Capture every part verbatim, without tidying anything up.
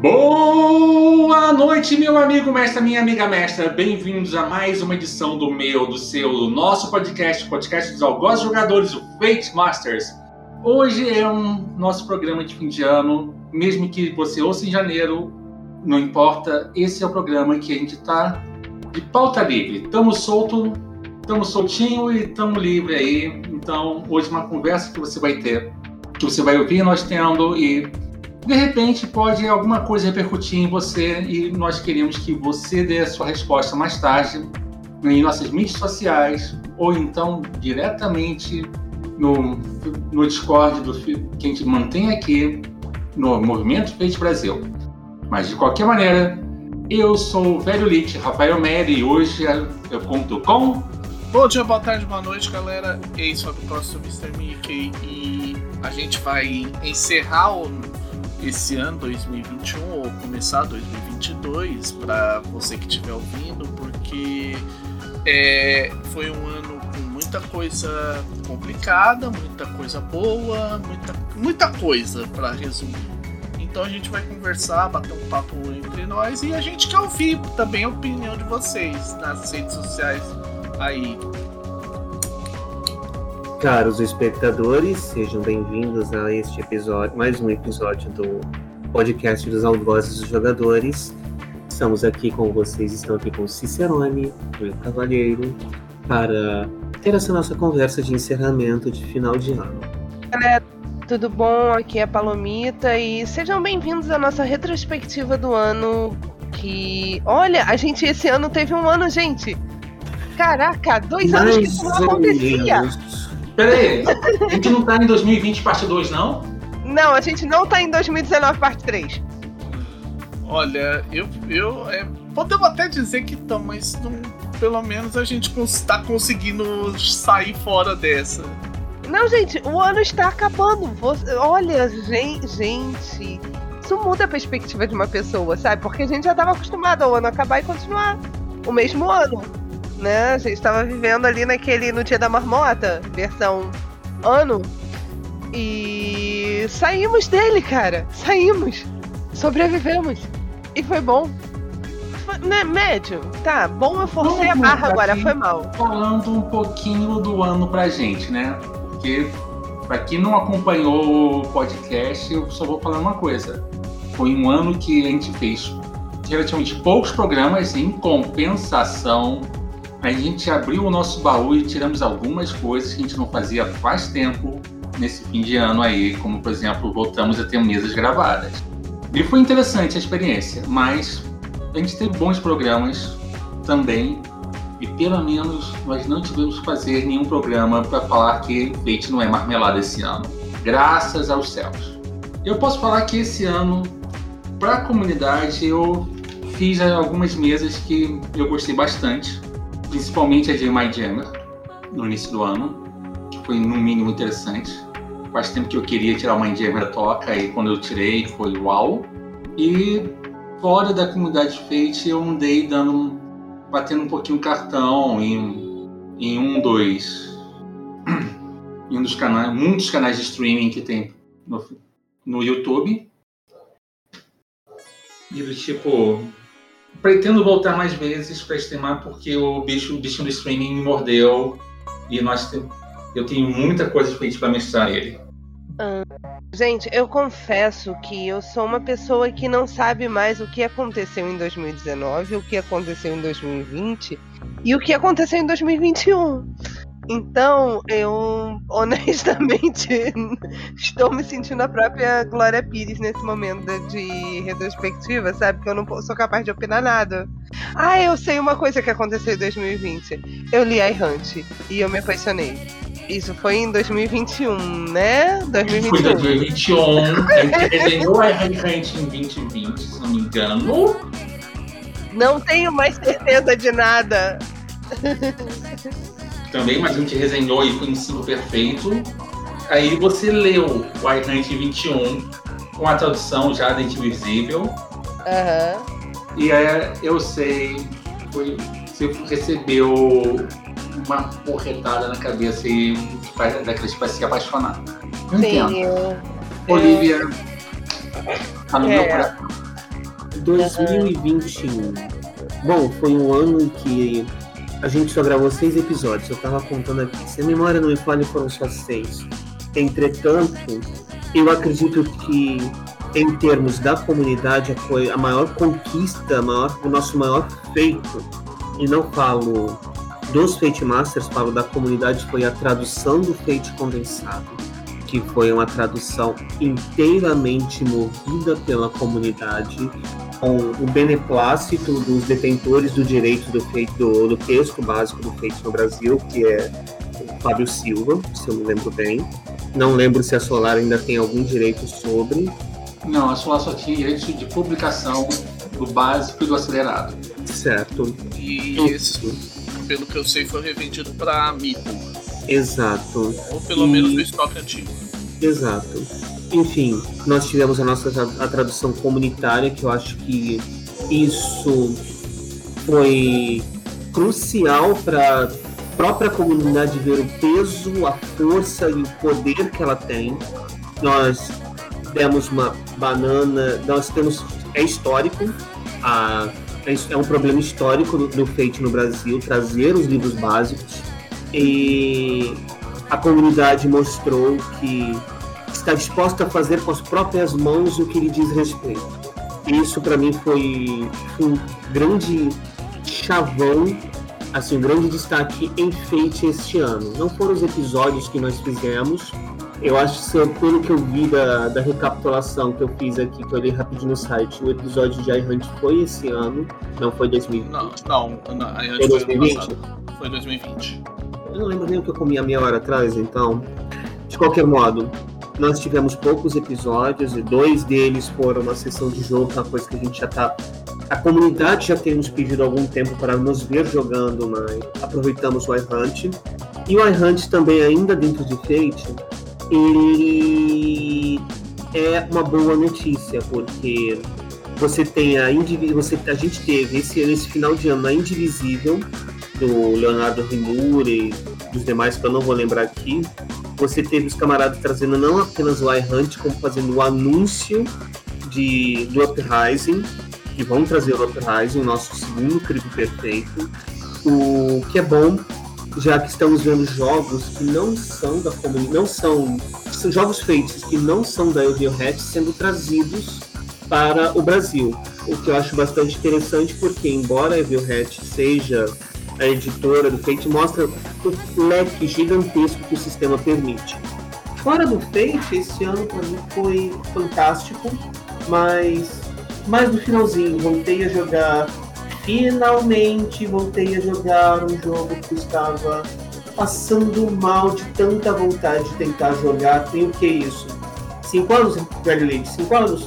Boa noite, meu amigo mestra, minha amiga mestra. Bem-vindos a mais uma edição do meu, do seu, do nosso podcast, o podcast dos algozes jogadores, o Fate Masters. Hoje é um nosso programa de fim de ano, mesmo que você ouça em janeiro, não importa, esse é o programa que a gente tá de pauta livre. Estamos solto, estamos soltinho e estamos livre aí. Então, hoje uma conversa que você vai ter, que você vai ouvir nós tendo e de repente pode alguma coisa repercutir em você e nós queremos que você dê a sua resposta mais tarde em nossas mídias sociais ou então diretamente no, no Discord do, que a gente mantém aqui no Movimento Fate Brasil. Mas de qualquer maneira, eu sou o velho Lich, Rafael Meri, e hoje eu conto com... Bom dia, boa tarde, boa noite, galera. Eis o próximo mister Mickey e a gente vai encerrar o esse ano dois mil e vinte e um ou começar dois mil e vinte e dois para você que estiver ouvindo, porque é, foi um ano com muita coisa complicada, muita coisa boa, muita, muita coisa para resumir. Então a gente vai conversar, bater um papo entre nós e a gente quer ouvir também a opinião de vocês nas redes sociais aí. Caros espectadores, sejam bem-vindos a este episódio, mais um episódio do podcast dos algozes dos jogadores. Estamos aqui com vocês, estão aqui com o Cicerone, o Cavalheiro, para ter essa nossa conversa de encerramento de final de ano. Galera, tudo bom? Aqui é a Palomita e sejam bem-vindos à nossa retrospectiva do ano que... Olha, a gente esse ano teve um ano, gente! Caraca, dois Mais anos que isso não acontecia! Anos. Pera aí, a gente não tá em dois mil e vinte parte dois, não? Não, a gente não tá em dois mil e dezenove parte três. Olha, eu, eu é, podemos até dizer que estamos, mas não, pelo menos a gente está conseguindo sair fora dessa. Não, gente, o ano está acabando. Você, olha, gente, gente, isso muda a perspectiva de uma pessoa, sabe? Porque a gente já estava acostumado ao ano acabar e continuar o mesmo ano. Né? A gente estava vivendo ali naquele, no Dia da Marmota, versão ano, e saímos dele, cara. Saímos. Sobrevivemos. E foi bom. Foi, né, médio. Tá, bom, eu forcei a barra agora, foi mal. Falando um pouquinho do ano pra gente, né? Porque pra quem não acompanhou o podcast, eu só vou falar uma coisa. Foi um ano que a gente fez relativamente poucos programas, em compensação a gente abriu o nosso baú e tiramos algumas coisas que a gente não fazia faz tempo nesse fim de ano aí, como, por exemplo, voltamos a ter mesas gravadas. E foi interessante a experiência, mas a gente teve bons programas também e, pelo menos, nós não tivemos que fazer nenhum programa para falar que Fate não é marmelada esse ano. Graças aos céus. Eu posso falar que esse ano, para a comunidade, eu fiz algumas mesas que eu gostei bastante. Principalmente a de Mindjammer, no início do ano, que foi no mínimo interessante. Faz tempo que eu queria tirar o Mindjammer da toca e quando eu tirei foi uau. E fora da comunidade Fate eu andei dando, batendo um pouquinho o cartão em, em um dos em um dos canais, muitos canais de streaming que tem no, no YouTube. E do tipo... Pretendo voltar mais vezes para streamar porque o bicho, o bicho do streaming me mordeu e nós te, eu tenho muita coisa feita para mestrar ele. Hum, gente, eu confesso que eu sou uma pessoa que não sabe mais o que aconteceu em dois mil e dezenove, o que aconteceu em dois mil e vinte e o que aconteceu em dois mil e vinte e um. Então, eu honestamente estou me sentindo a própria Glória Pires nesse momento de retrospectiva, sabe? Porque eu não sou capaz de opinar nada. Ah, eu sei uma coisa que aconteceu em dois mil e vinte. Eu li iHunt e eu me apaixonei. Isso foi em dois mil e vinte e um, né? dois mil e vinte e um. Foi em dois mil e vinte e um. A gente desenhou iHunt em vinte e vinte, se não me engano. Não tenho mais certeza de nada. Também, mas a gente resenhou e foi um ensino perfeito. Aí você leu o iHunt vinte e um com a tradução já da Invisível. Aham. Uhum. E é, eu sei, foi, você recebeu uma porretada na cabeça e daqueles para se apaixonar. Não Sim, entendo. eu... Olivia, tá no é. meu coração. dois mil e vinte e um. Bom, foi um ano em que a gente só gravou seis episódios. Eu tava contando aqui. Se a memória não me falha, foram só seis. Entretanto, eu acredito que, em termos da comunidade, foi a maior conquista, a maior, o nosso maior feito. E não falo dos Fate Masters, falo da comunidade, foi a tradução do Fate condensado, que foi uma tradução inteiramente movida pela comunidade, com o beneplácito dos detentores do direito do, Fate, do, do texto básico do Fate no Brasil, que é o Fábio Silva, se eu me lembro bem. Não lembro se a Solar ainda tem algum direito sobre. Não, a Solar só tinha direito de publicação do básico e do acelerado. Certo. E esse, pelo que eu sei, foi revendido para Meeple. Exato. Ou pelo e... menos do estoque antigo. Exato. Enfim, nós tivemos a nossa a tradução comunitária, que eu acho que isso foi crucial para a própria comunidade ver o peso, a força e o poder que ela tem. Nós demos uma banana, nós temos, é histórico, a, é um problema histórico do, do Fate no Brasil, trazer os livros básicos, e a comunidade mostrou que está disposta a fazer com as próprias mãos o que lhe diz respeito. Isso para mim foi um grande chavão, assim, um grande destaque em Fate este ano. Não foram os episódios que nós fizemos. Eu acho que, pelo que eu vi da, da recapitulação que eu fiz aqui, que eu olhei rapidinho no site, o episódio de iHunt foi esse ano, não foi dois mil e vinte. Não, não, não iHunt foi dois mil e vinte? Foi, foi dois mil e vinte. Eu não lembro nem o que eu comi a meia hora atrás, então. De qualquer modo, nós tivemos poucos episódios e dois deles foram uma sessão de jogo, uma coisa que a gente já tá... A comunidade já tem nos pedido há algum tempo para nos ver jogando, mas aproveitamos o iHunt. E o iHunt também, ainda dentro de Fate, ele é uma boa notícia, porque você tem a Indivi- você a gente teve esse, esse final de ano a Indivisível, do Leonardo Rimura e dos demais que eu não vou lembrar aqui. Você teve os camaradas trazendo não apenas o iHunt, como fazendo o anúncio de, do Uprising, que vão trazer o Uprising, o nosso segundo crime perfeito, o que é bom, já que estamos vendo jogos que não são da comunidade, não são, são jogos feitos que não são da Evil Hat sendo trazidos para o Brasil, o que eu acho bastante interessante, porque embora a Evil Hat seja a editora do Fate, mostra o leque gigantesco que o sistema permite. Fora do Fate, esse ano para mim foi fantástico, mas mais no finalzinho voltei a jogar. Finalmente voltei a jogar um jogo que estava passando mal de tanta vontade de tentar jogar. Tem o que isso? Cinco anos, velho Leite? Cinco anos?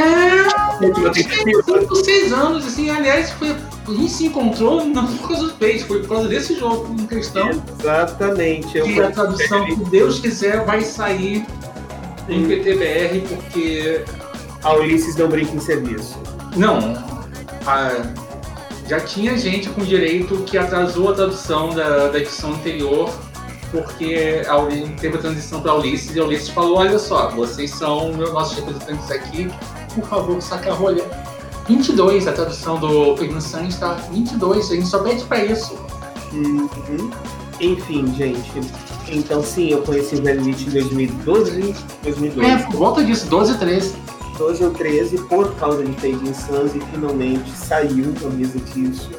É, cinco, seis anos, assim, aliás, foi, a gente se encontrou não por causa do Fate, foi por causa desse jogo em questão. Exatamente. Eu que a tradução, se Deus quiser, vai sair em P T B R, porque... A Ulisses não brinca em serviço. Não, a... já tinha gente com direito que atrasou a tradução da, da edição anterior, porque a Ulisses teve a transição para a Ulisses, e a Ulisses falou, olha só, vocês são meus nossos representantes aqui, por favor, saca a rolha. vinte e dois, a tradução do Ignição está vinte e dois, a gente só pede para isso. Uhum. Enfim, gente, então sim, eu conheci o Velho Lich em dois mil e doze, dois mil e doze. É, por volta disso, doze, treze. doze ou treze, por causa de Fading Suns, e finalmente saiu a mesa disso.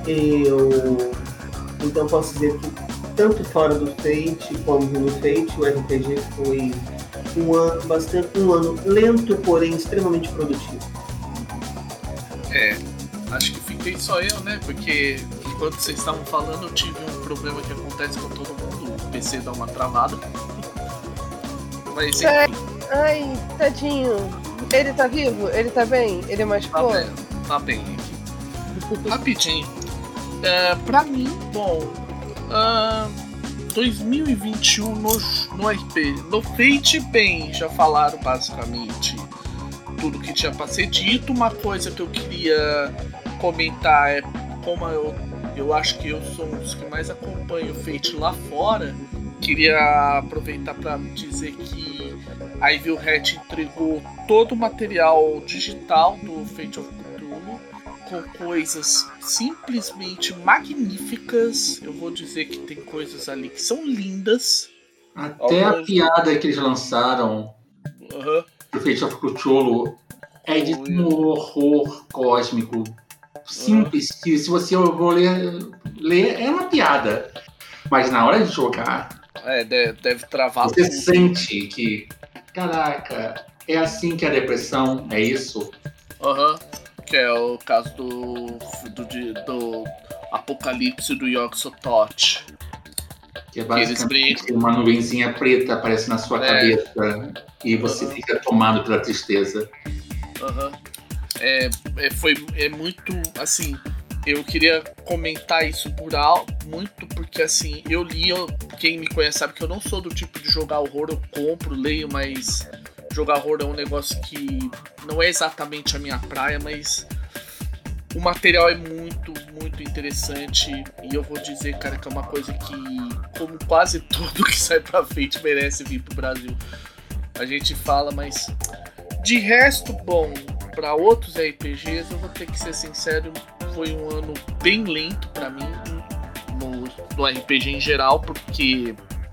Eu... Então posso dizer que tanto fora do Fate como no Fate, o R P G foi um ano bastante um ano lento, porém extremamente produtivo. É, acho que fiquei só eu, né? Porque enquanto vocês estavam falando, eu tive um problema que acontece com todo mundo, o P C dá uma travada. Mas enfim. Ai, ai, tadinho. Ele tá vivo? Ele tá bem? Ele machucou? Tá bem, tá bem aqui. Rapidinho. É, pra mim, bom, uh, dois mil e vinte e um no, no R P, no Fate, bem, já falaram basicamente tudo que tinha pra ser dito. Uma coisa que eu queria comentar é como eu, eu acho que eu sou um dos que mais acompanho o Fate lá fora. Queria aproveitar pra dizer que a Evil Hat entregou todo o material digital do Fate of, do com coisas simplesmente magníficas. Eu vou dizer que tem coisas ali que são lindas. Até Alguns... a piada que eles lançaram uhum. do Fate of Cthulhu é de um horror cósmico simples, uhum. que se você for ler, ler, é uma piada. Mas na hora de jogar, é, deve, deve travar você tudo. sente que, caraca, é assim que é a depressão, é isso? Aham. Uhum. Que é o caso do, do, do Apocalipse do Yog-Sothoth. Que é basicamente que uma nuvenzinha preta aparece na sua é. cabeça e você uhum. fica tomado pela tristeza. Uhum. É, é, foi, é muito, assim, eu queria comentar isso por alto, muito porque, assim, eu li, eu, quem me conhece sabe que eu não sou do tipo de jogar horror, eu compro, leio, mas jogar horror é um negócio que não é exatamente a minha praia, mas o material é muito, muito interessante e eu vou dizer, cara, que é uma coisa que, como quase tudo que sai pra frente, merece vir pro Brasil. A gente fala, mas de resto, bom, para outros R P Gs, eu vou ter que ser sincero, foi um ano bem lento para mim no, no R P G em geral, porque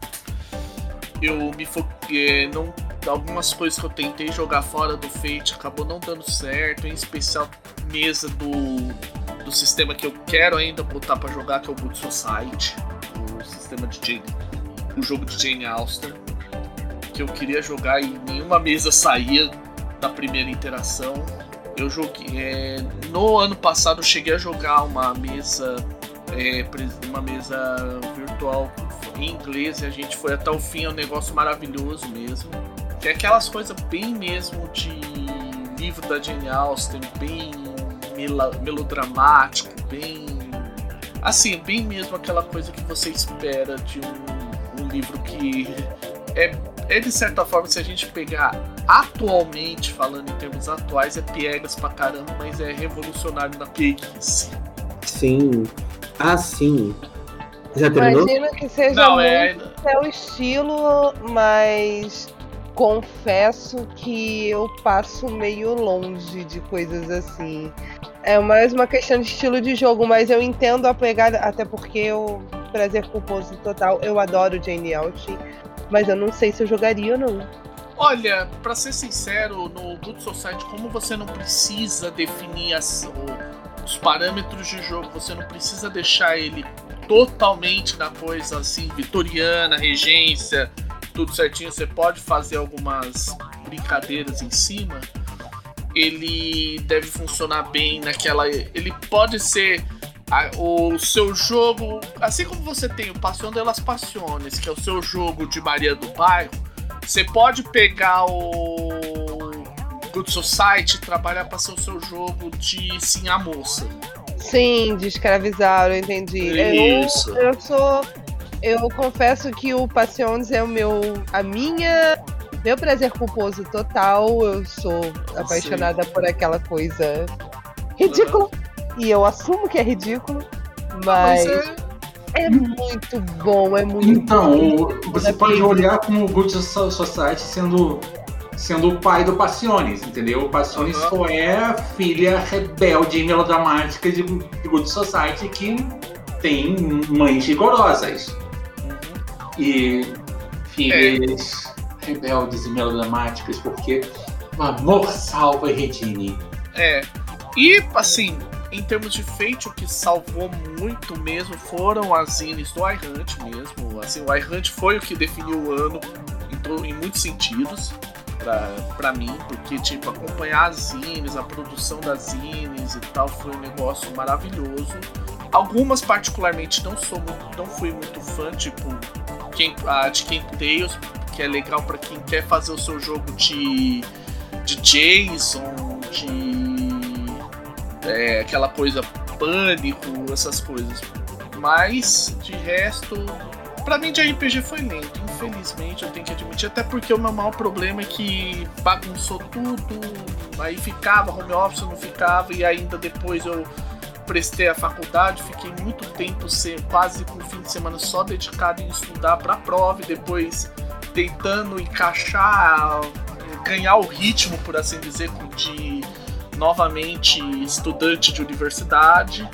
eu me foquei, não, algumas coisas que eu tentei jogar fora do Fate acabou não dando certo, em especial mesa do, do sistema que eu quero ainda botar para jogar, que é o Good Society, o sistema de Jane, o jogo de Jane Austen, que eu queria jogar e nenhuma mesa saía da primeira interação. Eu joguei é, no ano passado eu cheguei a jogar uma mesa é, uma mesa virtual em inglês e a gente foi até o fim, é um negócio maravilhoso mesmo. É aquelas coisas bem mesmo de livro da Jane Austen, bem mel- melodramático, bem assim, bem mesmo aquela coisa que você espera de um, um livro que é É de certa forma, se a gente pegar atualmente, falando em termos atuais, é piegas pra caramba, mas é revolucionário na pieguice. Sim. Ah, sim. Já terminou? Imagino que seja Não, muito é... seu estilo, mas confesso que eu passo meio longe de coisas assim. É mais uma questão de estilo de jogo, mas eu entendo a pegada, até porque eu, prazer culposo total, eu adoro Jane Austen. Mas eu não sei se eu jogaria ou não. Olha, pra ser sincero, no Good Society, como você não precisa definir as, o, os parâmetros de jogo, você não precisa deixar ele totalmente na coisa assim, vitoriana, regência, tudo certinho, você pode fazer algumas brincadeiras em cima, ele deve funcionar bem naquela... Ele pode ser... o seu jogo, assim como você tem o Passion de las Passiones, que é o seu jogo de Maria do Bairro, você pode pegar o Good Society e trabalhar para ser o seu jogo de Sim a Moça. Sim, de escravizar, eu entendi. Isso. Eu, eu sou, eu confesso que o Passions é o meu, a minha, meu prazer culposo total. Eu sou apaixonada Sim. por aquela coisa ridícula. Uhum. E eu assumo que é ridículo, mas, mas é... é muito bom, é muito então, bom. Então, você pode olhar como o Good Society sendo, sendo o pai do Passiones, entendeu? O Passiones uhum. só é a filha rebelde e melodramática de, de Good Society que tem mães rigorosas. Uhum. E filhas é. rebeldes e melodramáticas, porque o amor salva Regine. É, e assim... Em termos de Fate, o que salvou muito mesmo foram as zines do iHunt mesmo. Assim, o iHunt foi o que definiu o ano em, em muitos sentidos pra, pra mim, porque tipo, acompanhar as zines, a produção das zines e tal foi um negócio maravilhoso. Algumas particularmente não sou muito, não fui muito fã, tipo a de Camp Tales, que é legal pra quem quer fazer o seu jogo de, de Jason, de É, aquela coisa pânico, essas coisas. Mas, de resto, pra mim de R P G foi lento, infelizmente, eu tenho que admitir. Até porque o meu maior problema é que bagunçou tudo, aí ficava, home office não ficava, e ainda depois eu prestei a faculdade, fiquei muito tempo, quase com o fim de semana só dedicado em estudar pra prova, e depois tentando encaixar, ganhar o ritmo, por assim dizer, de... novamente estudante de universidade.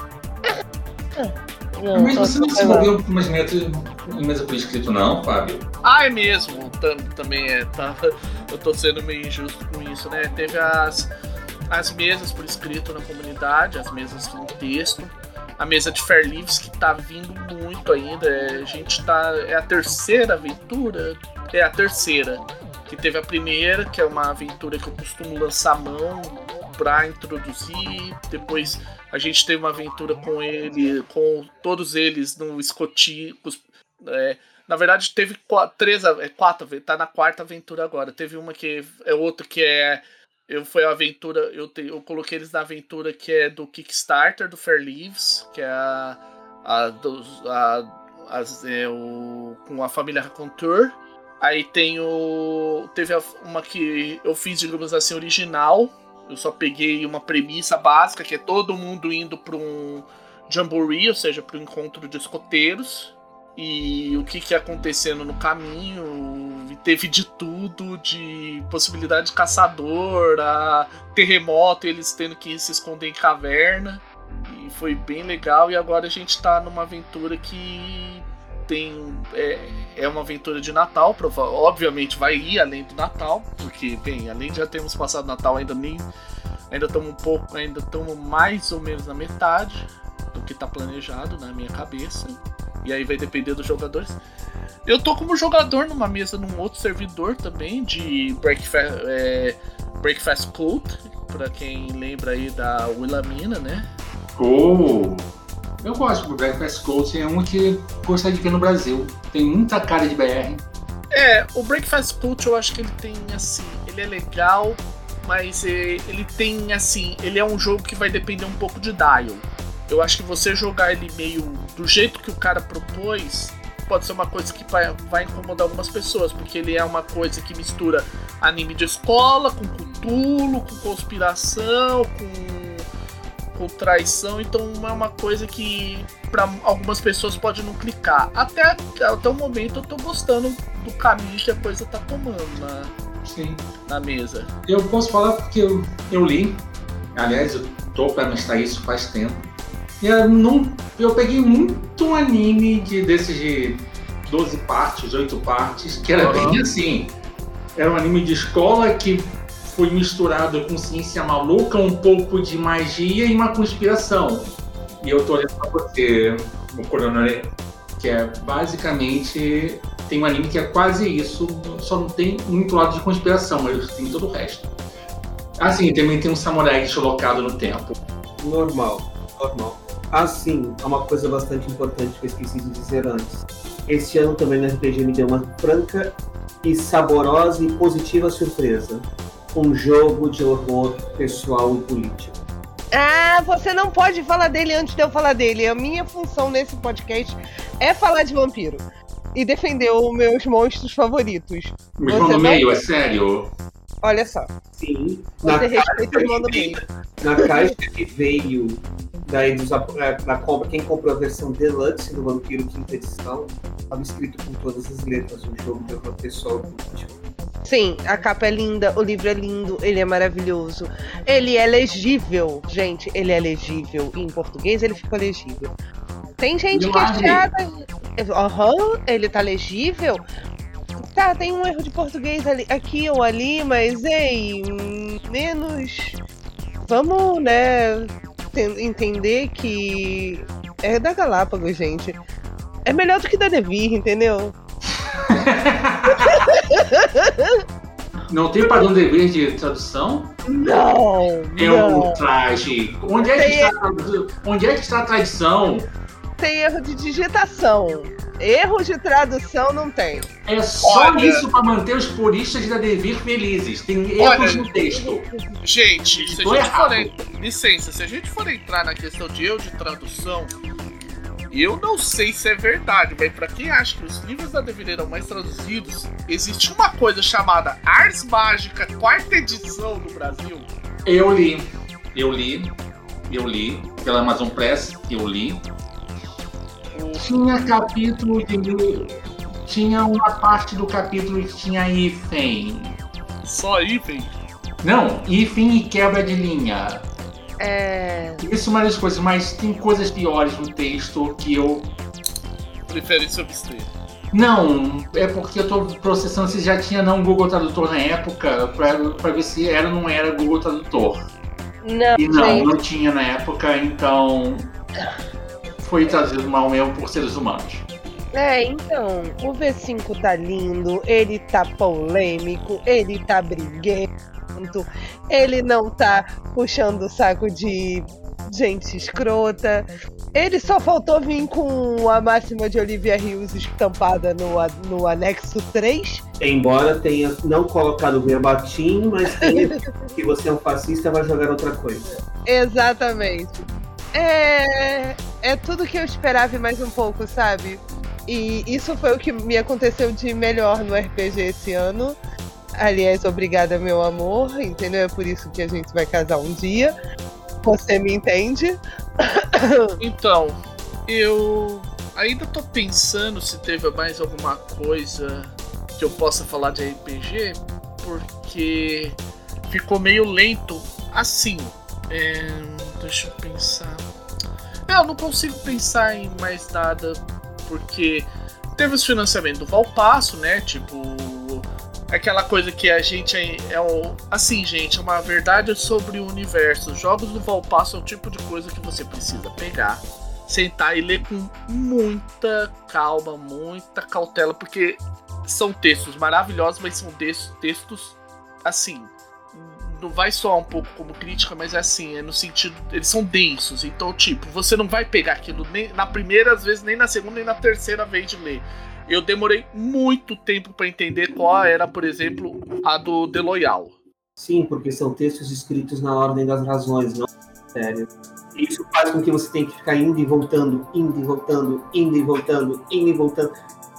Mas você não se envolveu com umas metas em mesa por escrito, não, Fábio? Ah, é mesmo. Tam, também é. Tá, eu tô sendo meio injusto com isso, né? Teve as, as mesas por escrito na comunidade, as mesas com texto. A mesa de Fair Leaves, que tá vindo muito ainda. É, a gente tá. É a terceira aventura? É a terceira. Que teve a primeira, que é uma aventura que eu costumo lançar a mão pra introduzir. Depois a gente teve uma aventura com ele, com todos eles no escotilho. É, na verdade, teve quatro, três, quatro, tá na quarta aventura agora. Teve uma que é outra que é. Eu foi a aventura, eu, te, eu coloquei eles na aventura que é do Kickstarter do Fair Leaves, que é a, a, dos, a, as, é o, com a família Raconteur. Aí tem o. Teve uma que eu fiz, digamos assim, original. Eu só peguei uma premissa básica, que é todo mundo indo para um jamboree, ou seja, para um encontro de escoteiros. E o que que ia acontecendo no caminho. E teve de tudo, de possibilidade de caçador, a terremoto, eles tendo que se esconder em caverna. E foi bem legal. E agora a gente tá numa aventura que tem... É, é uma aventura de Natal, prova- obviamente vai ir além do Natal, porque, bem, além de já termos passado Natal, ainda nem... Ainda estamos um pouco... Ainda estamos mais ou menos na metade do que tá planejado na minha cabeça. E aí vai depender dos jogadores. Eu tô como jogador numa mesa num outro servidor também, de Breakfast, é, Breakfast Cult, pra quem lembra aí da Wilhelmina, né? Oh, eu gosto do Breakfast Cult, é um que gostaria de ver no Brasil. Tem muita cara de B R. É, o Breakfast Cult eu acho que ele tem, assim, ele é legal, mas é, ele tem, assim, ele é um jogo que vai depender um pouco de dial. Eu acho que você jogar ele meio do jeito que o cara propôs pode ser uma coisa que vai, vai incomodar algumas pessoas, porque ele é uma coisa que mistura anime de escola com Cthulhu, com conspiração, com, com traição, então é uma coisa que para algumas pessoas pode não clicar. Até, até o momento eu tô gostando do caminho que a coisa tá tomando na, Sim. na mesa. Eu posso falar porque eu, eu li, aliás, eu tô para mestrar isso faz tempo. Eu, não, eu peguei muito anime de, desses de doze partes, oito partes, que era uhum. bem assim. Era um anime de escola que foi misturado com ciência maluca, um pouco de magia e uma conspiração. E eu tô olhando pra você, o Coronel, que é basicamente... Tem um anime que é quase isso, só não tem muito lado de conspiração, mas tem todo o resto. Assim, também tem um samurai deslocado no tempo. Normal, normal. Assim, é uma coisa bastante importante que eu esqueci de dizer antes. Este ano também no R P G me deu uma franca e saborosa e positiva surpresa. Um jogo de horror pessoal e político. Ah, você não pode falar dele antes de eu falar dele. A minha função nesse podcast é falar de vampiro. E defender os meus monstros favoritos. Me irmão no meio, é sério? Olha só. Sim. Você respeita o irmão no meio. Na caixa que veio daí dos, da compra, quem comprou a versão Deluxe do Vampiro Quinta Edição, estava escrito com todas as letras um jogo de horror pessoal político. Sim, a capa é linda, o livro é lindo, ele é maravilhoso. Ele é legível, gente, ele é legível. E em português ele ficou legível. Tem gente que é chata. Aham, uhum, ele tá legível. Tá, tem um erro de português ali, aqui ou ali, mas ei, menos. Vamos, né, entender que é da Galápagos, gente. É melhor do que da Devir, entendeu? Não tem padrão de dever de tradução? Não. É não. um traje. Onde é, que está, onde é que está a tradição? Tem erro de digitação. Erro de tradução não tem. É só Olha, isso para manter os puristas da Devir felizes. Tem erros no texto. Gente, se a Tô gente errado. for en- licença, se a gente for entrar na questão de erro de tradução, eu não sei se é verdade, mas pra quem acha que os livros da Devir eram mais traduzidos, existe uma coisa chamada Ars Mágica, quarta edição no Brasil. Eu li, eu li, eu li pela Amazon Press, eu li. Tinha capítulo de... Tinha uma parte do capítulo que tinha hífen. Só hífen? Não, e fim e quebra de linha. É... Isso é uma das coisas, mas tem coisas piores no texto que eu... Prefere substituir. Não, é porque eu tô processando se já tinha não Google Tradutor na época, pra, pra ver se era ou não era Google Tradutor. Não, e não, gente. não tinha na época, então foi traduzido mal mesmo por seres humanos. É, então, o V cinco tá lindo, ele tá polêmico, ele tá briguento, ele não tá puxando o saco de gente escrota. Ele só faltou vir com a máxima de Olivia Hills estampada no, no anexo três. Embora tenha não colocado o verbatim, mas tenha que você é um fascista vai jogar outra coisa. Exatamente. É, é tudo que eu esperava e mais um pouco, sabe? E isso foi o que me aconteceu de melhor no R P G esse ano. Aliás, obrigada, meu amor, entendeu? É por isso que a gente vai casar um dia. Você me entende? Então, eu ainda tô pensando se teve mais alguma coisa que eu possa falar de R P G, porque ficou meio lento assim. É, deixa eu pensar. Eu não consigo pensar em mais nada, porque teve os financiamentos do Valpasso, né? Tipo, aquela coisa que a gente é, é o, assim, gente, é uma verdade sobre o universo. Os jogos do Valpasso é o tipo de coisa que você precisa pegar, sentar e ler com muita calma, muita cautela, porque são textos maravilhosos, mas são textos, assim, não vai soar um pouco como crítica, mas é assim, é no sentido, eles são densos, então, tipo, você não vai pegar aquilo nem na primeira, às vezes, nem na segunda, nem na terceira vez de ler. Eu demorei muito tempo para entender qual era, por exemplo, a do The Loyal. Sim, porque são textos escritos na ordem das razões, não sério. Isso faz com que você tenha que ficar indo e voltando, indo e voltando, indo e voltando, indo e voltando.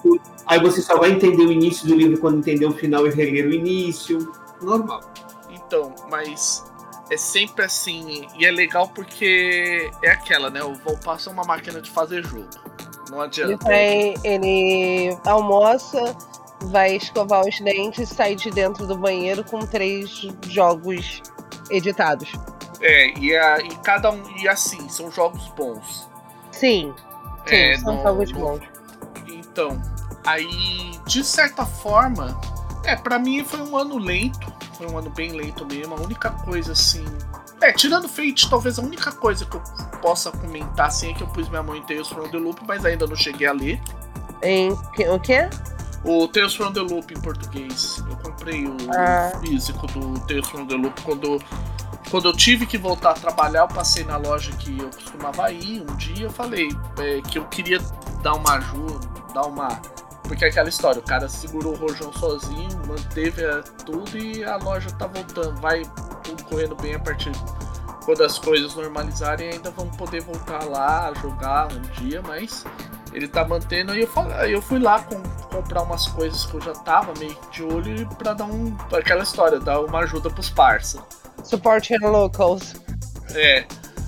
Aí você só vai entender o início do livro quando entender o final e reler o início. Normal. Então, mas é sempre assim, e é legal porque é aquela, né? O Valpasso é uma máquina de fazer jogo. Não adianta. Ele, vai, ele almoça, vai escovar os dentes, sai de dentro do banheiro com três jogos editados. É, e, a, e cada um. E assim, são jogos bons. Sim, sim, é, são no, jogos no, bons. Então, aí, de certa forma, é, pra mim foi um ano lento. Foi um ano bem lento mesmo. A única coisa assim. É, tirando Fate, talvez a única coisa que eu possa comentar assim é que eu pus minha mão em Tales from the Loop, mas ainda não cheguei a ler. Em o quê? O Tales from the Loop em português. Eu comprei o ah. físico do Tales from the Loop quando, quando eu tive que voltar a trabalhar. Eu passei na loja que eu costumava ir um dia. Eu falei é, que eu queria dar uma ajuda, dar uma. Porque é aquela história, o cara segurou o rojão sozinho, manteve tudo e a loja tá voltando. Vai tudo correndo bem a partir quando as coisas normalizarem. Ainda vamos poder voltar lá a jogar um dia, mas ele tá mantendo. Aí eu, eu fui lá com, comprar umas coisas que eu já tava meio de olho pra dar um. Aquela história, dar uma ajuda pros parça. Support your locals. É,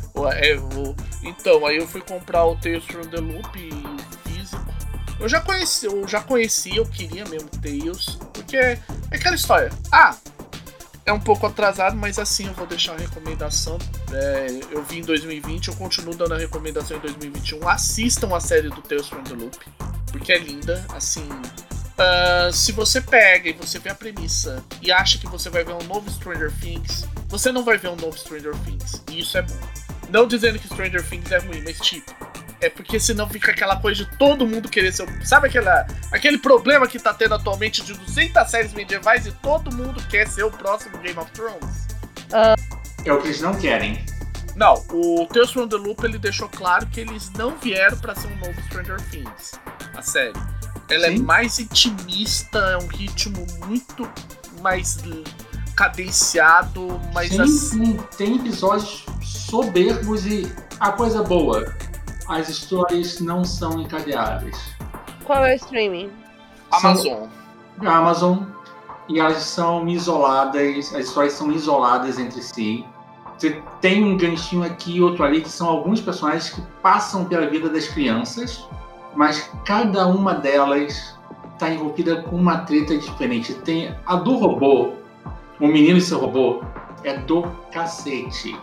é o, então, aí eu fui comprar o Tales from the Loop físico. Eu já conheci, eu já conhecia, eu queria mesmo Tales, porque é aquela história. Ah, é um pouco atrasado, mas assim eu vou deixar a recomendação. É, eu vi em dois mil e vinte, eu continuo dando a recomendação em dois mil e vinte e um. Assistam a série do Tales from the Loop, porque é linda, assim. Uh, se você pega e você vê a premissa e acha que você vai ver um novo Stranger Things, você não vai ver um novo Stranger Things, e isso é bom. Não dizendo que Stranger Things é ruim, mas tipo, é porque senão fica aquela coisa de todo mundo querer ser... Sabe aquela, aquele problema que tá tendo atualmente de duzentas séries medievais e todo mundo quer ser o próximo Game of Thrones? Uh... É o que eles não querem. Não, o Tales from the Loop ele deixou claro que eles não vieram pra ser um novo Stranger Things, a série. Ela Sim. é mais intimista, é um ritmo muito mais cadenciado, mais Sim, assim... sim, tem episódios soberbos e a coisa boa. As histórias não são encadeadas. Qual é o streaming? Amazon. São, a Amazon. E elas são isoladas, as histórias são isoladas entre si. Você tem um ganchinho aqui e outro ali, que são alguns personagens que passam pela vida das crianças, mas cada uma delas está envolvida com uma treta diferente. Tem a do robô. O Menino e Seu Robô é do cacete.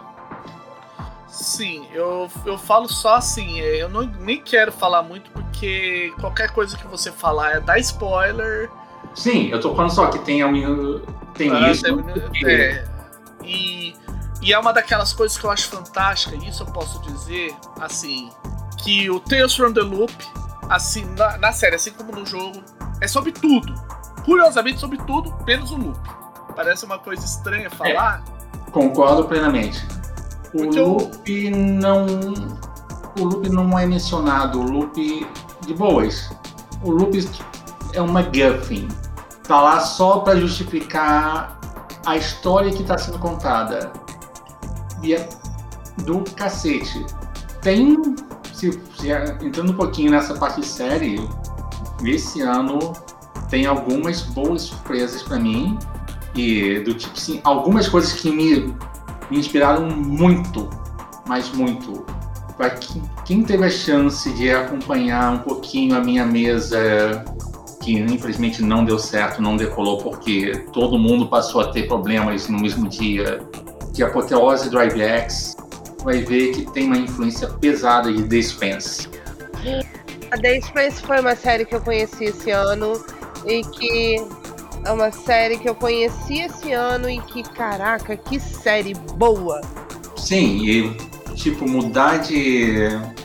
Sim, eu, eu falo só assim, eu não, nem quero falar muito porque qualquer coisa que você falar é dar spoiler. Sim, eu tô falando só que tem, tem ah, isso. Tem, porque... é, e, e é uma daquelas coisas que eu acho fantástica, e isso eu posso dizer, assim, que o Tales from the Loop, assim, na, na série, assim como no jogo, é sobre tudo. Curiosamente sobre tudo, menos o loop. Parece uma coisa estranha falar. É, concordo plenamente. O loop eu... não. O loop não é mencionado. O loop de boas. O loop é uma MacGuffin. Tá lá só para justificar a história que está sendo contada. E é do cacete. Tem. Se, se, entrando um pouquinho nessa parte de série, esse ano tem algumas boas surpresas para mim. E do tipo assim, algumas coisas que me. Me inspiraram muito, mas muito. Para quem teve a chance de acompanhar um pouquinho a minha mesa, que infelizmente não deu certo, não decolou, porque todo mundo passou a ter problemas no mesmo dia, que a Apoteose Drive X, vai ver que tem uma influência pesada de The Expanse. A The Expanse foi uma série que eu conheci esse ano e que... É uma série que eu conheci esse ano e que, caraca, que série boa! Sim, e tipo, mudar de,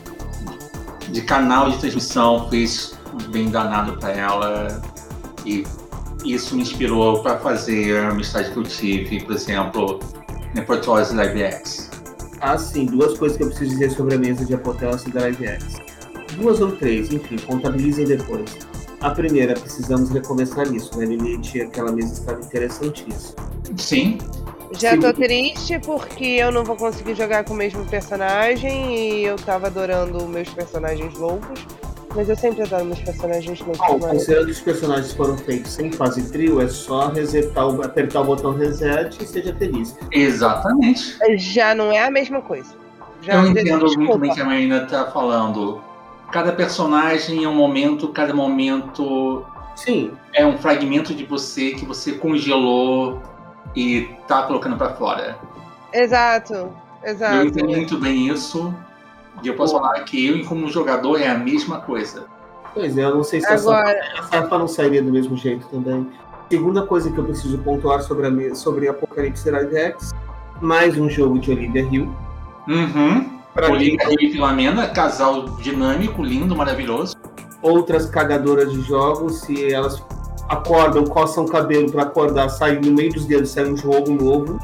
de canal de transmissão fez bem danado pra ela. E isso me inspirou pra fazer a amizade que eu tive, por exemplo, na Apoteose Live X. Ah, sim, duas coisas que eu preciso dizer sobre a mesa de Apoteose da Live X. Duas ou três, enfim, contabilizem depois. A primeira, precisamos recomeçar isso, né, Lilith? Aquela mesa estava interessantíssima. Sim. Já Sim. tô triste porque eu não vou conseguir jogar com o mesmo personagem e eu tava adorando meus personagens loucos, mas eu sempre adoro meus personagens loucos. Bom, considerando que os personagens foram feitos sem fase trio, é só resetar o, apertar o botão reset e seja feliz. Exatamente. Já não é a mesma coisa. Já eu entendo desculpa. muito bem que a Marina tá falando. Cada personagem é um momento, cada momento Sim. é um fragmento de você que você congelou e tá colocando pra fora. Exato, exato. Eu entendo muito bem isso e eu posso Pô. falar que eu, como jogador, é a mesma coisa. Pois é, eu não sei se Agora... a Safa não sairia do mesmo jeito também. Segunda coisa que eu preciso pontuar sobre, a, sobre Apocalipse Live X, mais um jogo de Olivia Hill. Uhum. Olivia Hill e Filomena, casal dinâmico, lindo, maravilhoso. Outras cagadoras de jogos, se elas acordam, coçam o cabelo para acordar, sai no meio dos dedos, sai um jogo novo.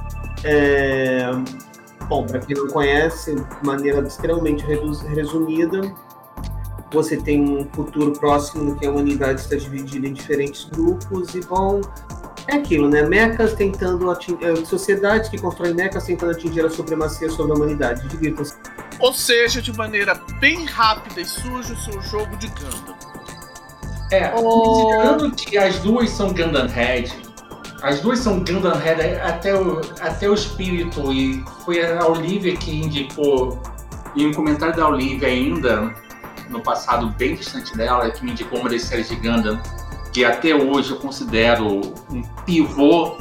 É... Bom, para quem não conhece, de maneira extremamente resumida, você tem um futuro próximo no que a humanidade está dividida em diferentes grupos e, bom, é aquilo, né? Mechas tentando atingir... Sociedades que constroem mechas tentando atingir a supremacia sobre a humanidade. Divirtam-se. Ou seja, de maneira bem rápida e suja, o seu jogo de Gundam. É, considerando oh. que as duas são Gundam Head, as duas são Gundam Head até o, até o espírito, e foi a Olivia que indicou, e um comentário da Olivia ainda, no passado bem distante dela, que me indicou uma das séries de Gundam, que até hoje eu considero um pivô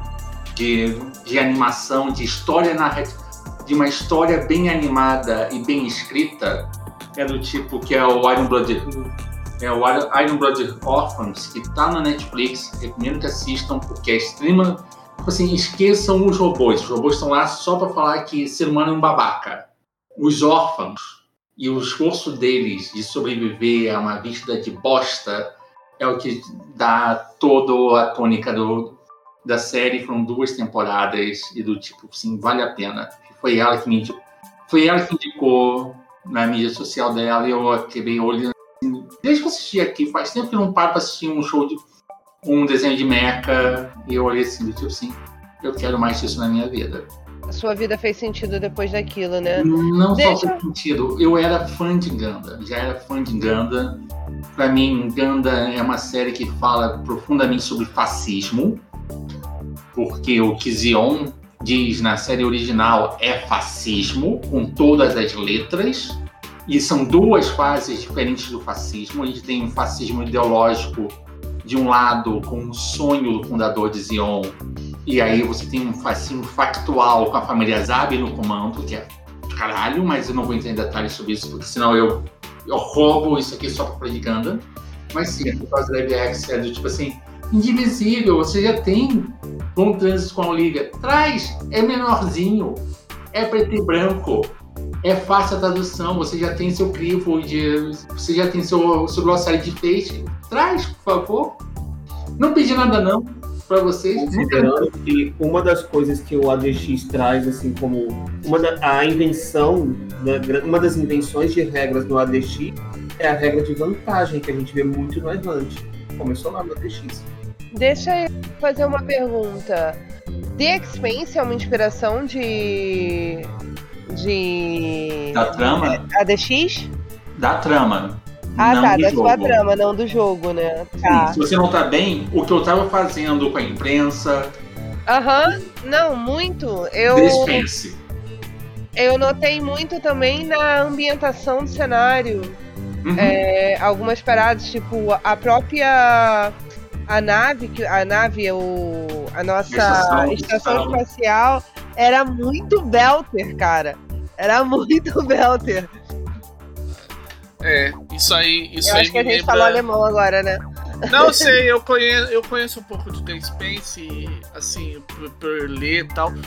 de, de animação, de história narrativa, de uma história bem animada e bem escrita, é do tipo que é o Iron Blood, é o Iron Blood Orphans, que tá na Netflix. Recomendo que assistam, porque é extrema. Assim, esqueçam os robôs. Os robôs estão lá só para falar que ser humano é um babaca. Os órfãos e o esforço deles de sobreviver a uma vida de bosta é o que dá toda a tônica do, da série. Foram duas temporadas e do tipo, assim, vale a pena. Foi ela que me indicou, foi ela que indicou na mídia social dela e eu acabei olhando. Assim, desde que eu assisti aqui, faz tempo que eu não paro para assistir um show de um desenho de mecha e eu olhei assim, do tipo assim, eu quero mais disso na minha vida. A sua vida fez sentido depois daquilo, né? Não Deixa... só fez sentido, eu era fã de Gundam, já era fã de Gundam. Para mim, Gundam é uma série que fala profundamente sobre fascismo, porque o que Zeon diz na série original é fascismo, com todas as letras, e são duas fases diferentes do fascismo. A gente tem um fascismo ideológico, de um lado, com o sonho do fundador de Zeon E aí você tem um fascínio factual com a família Zabi no comando, que é caralho, mas eu não vou entrar em detalhes sobre isso, porque senão eu, eu roubo isso aqui só pra propaganda. Mas sim, por causa da live action, é do tipo assim, indivisível, você já tem bom trânsito com a Olivia. Traz, é menorzinho, é preto e branco, é fácil a tradução, você já tem seu crivo, de, você já tem seu, seu glossário de feixe. Traz, por favor. Não pedi nada não pra vocês. Considerando que uma das coisas que o A D X traz, assim, como uma da, a invenção, da, uma das invenções de regras no A D X é a regra de vantagem, que a gente vê muito no Advante. Começou lá no A D X. Deixa eu fazer uma pergunta. The Expanse é uma inspiração de... de... Da trama? A D X? Da trama. Ah, não tá, do da jogo. sua trama, não do jogo, né? Tá. Sim, se você não tá bem, o que eu tava fazendo com a imprensa... Aham, não, muito. Eu, Dispense. eu notei muito também na ambientação do cenário. Uhum. É, algumas paradas, tipo, a própria... A nave, que a nave, o, a nossa Estação estação espacial. espacial era muito Belter, cara. Era muito Belter. É, isso aí, isso Eu aí acho que a me gente lembra... falou alemão agora, né? Não sei, eu conheço, eu conheço um pouco de The Expanse, assim, por, por ler e tal.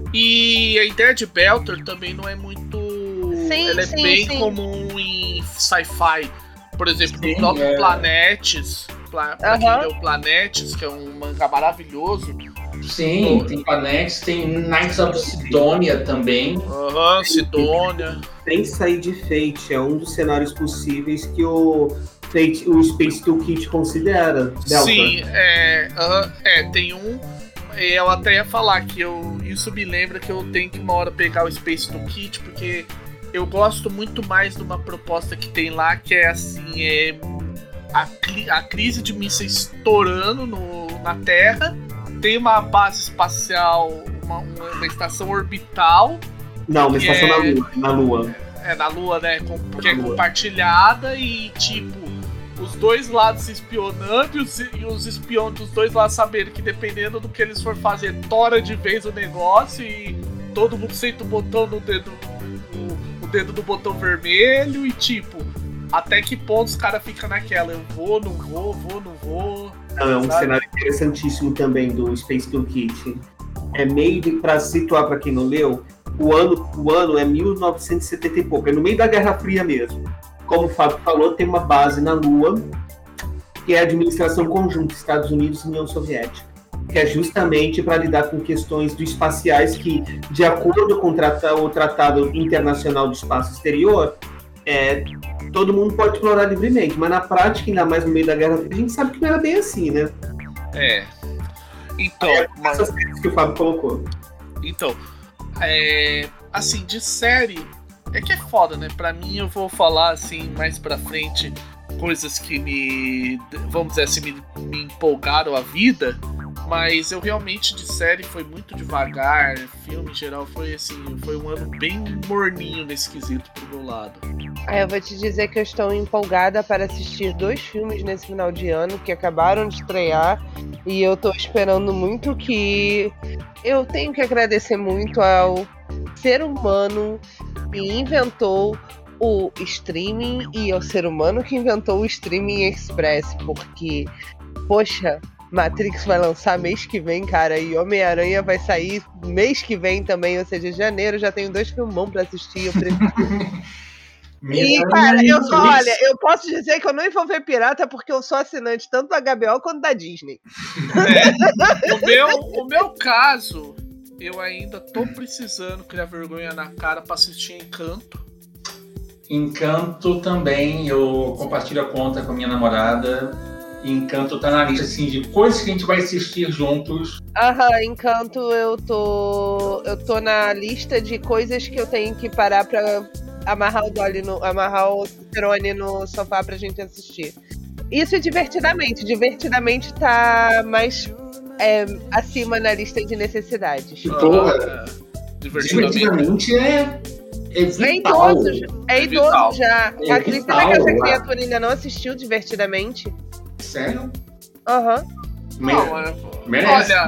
E a ideia de Belter também não é muito... Sim, ela é sim, bem sim. comum em sci-fi. Por exemplo, Sim, no próprio é. Planetes, pra, pra Aham. quem leu Planetes, que é um mangá maravilhoso. Sim, tem Planetes, tem Knights of Sidonia também. Aham, Sidônia. Tem sair de Fate, é um dos cenários possíveis que o, Fate, o Space Toolkit considera. Delta. Sim, é, aham, é, tem um. Eu até ia falar que eu, isso me lembra que eu tenho que uma hora pegar o Space Toolkit, porque eu gosto muito mais de uma proposta que tem lá, que é assim, é a, cri- a crise de mísseis estourando no, na Terra, tem uma base espacial, uma, uma estação orbital, Não, uma que estação é- na Lua. Na Lua. é na Lua, né, com, que é Na Lua. compartilhada e tipo, os dois lados se espionando e os, e os espiões dos dois lados sabendo que dependendo do que eles for fazer, tora de vez o negócio e todo mundo senta o botão no dedo, o, o dedo do botão vermelho e tipo, até que ponto os caras ficam naquela, eu vou, não vou, vou, não vou. Não, é um sabe? cenário interessantíssimo também do Space Toolkit. É meio de, pra situar para quem não leu, o ano, o ano é mil novecentos e setenta e pouco, é no meio da Guerra Fria mesmo. Como o Fábio falou, tem uma base na Lua, que é a administração conjunta Estados Unidos e União Soviética, que é justamente para lidar com questões do espaciais que, de acordo com o Tratado, o Tratado Internacional do Espaço Exterior, é, todo mundo pode explorar livremente, mas na prática, ainda mais no meio da Guerra Fria, a gente sabe que não era bem assim, né? É. Então, É, mas, essas coisas que o Fábio colocou. então é, assim, de série, é que é foda, né? Pra mim, eu vou falar, assim, mais pra frente, coisas que me, vamos dizer assim, me, me empolgaram a vida, mas eu realmente, de série, foi muito devagar, filme em geral, foi assim, foi um ano bem morninho nesse quesito pro meu lado. Aí eu vou te dizer que eu estou empolgada para assistir dois filmes nesse final de ano que acabaram de estrear e eu tô esperando muito que... Eu tenho que agradecer muito ao ser humano que inventou o streaming e ao ser humano que inventou o streaming express, porque, poxa, Matrix vai lançar mês que vem, cara, e Homem-Aranha vai sair mês que vem também, ou seja, janeiro já tenho dois filmão pra assistir, eu preciso... E, cara, eu só, olha, eu posso dizer que eu não vou ver pirata porque eu sou assinante tanto da H B O quanto da Disney. É, o, meu, o meu caso, eu ainda tô precisando criar vergonha na cara pra assistir Encanto. Encanto também, eu compartilho a conta com a minha namorada. Encanto tá na lista assim, de coisas que a gente vai assistir juntos. Aham, Encanto eu tô. Eu tô na lista de coisas que eu tenho que parar pra amarrar o Dolly no. amarrar o Cicerone no sofá pra gente assistir. Isso é divertidamente. Divertidamente tá mais é, acima na lista de necessidades. E, porra, Ah, divertidamente. divertidamente é, é É vital. idoso, é É idoso vital. já. É Acredita vital, que essa lá. criatura ainda não assistiu Divertidamente? Sério? Aham. Mere- Não, é- merece. olha,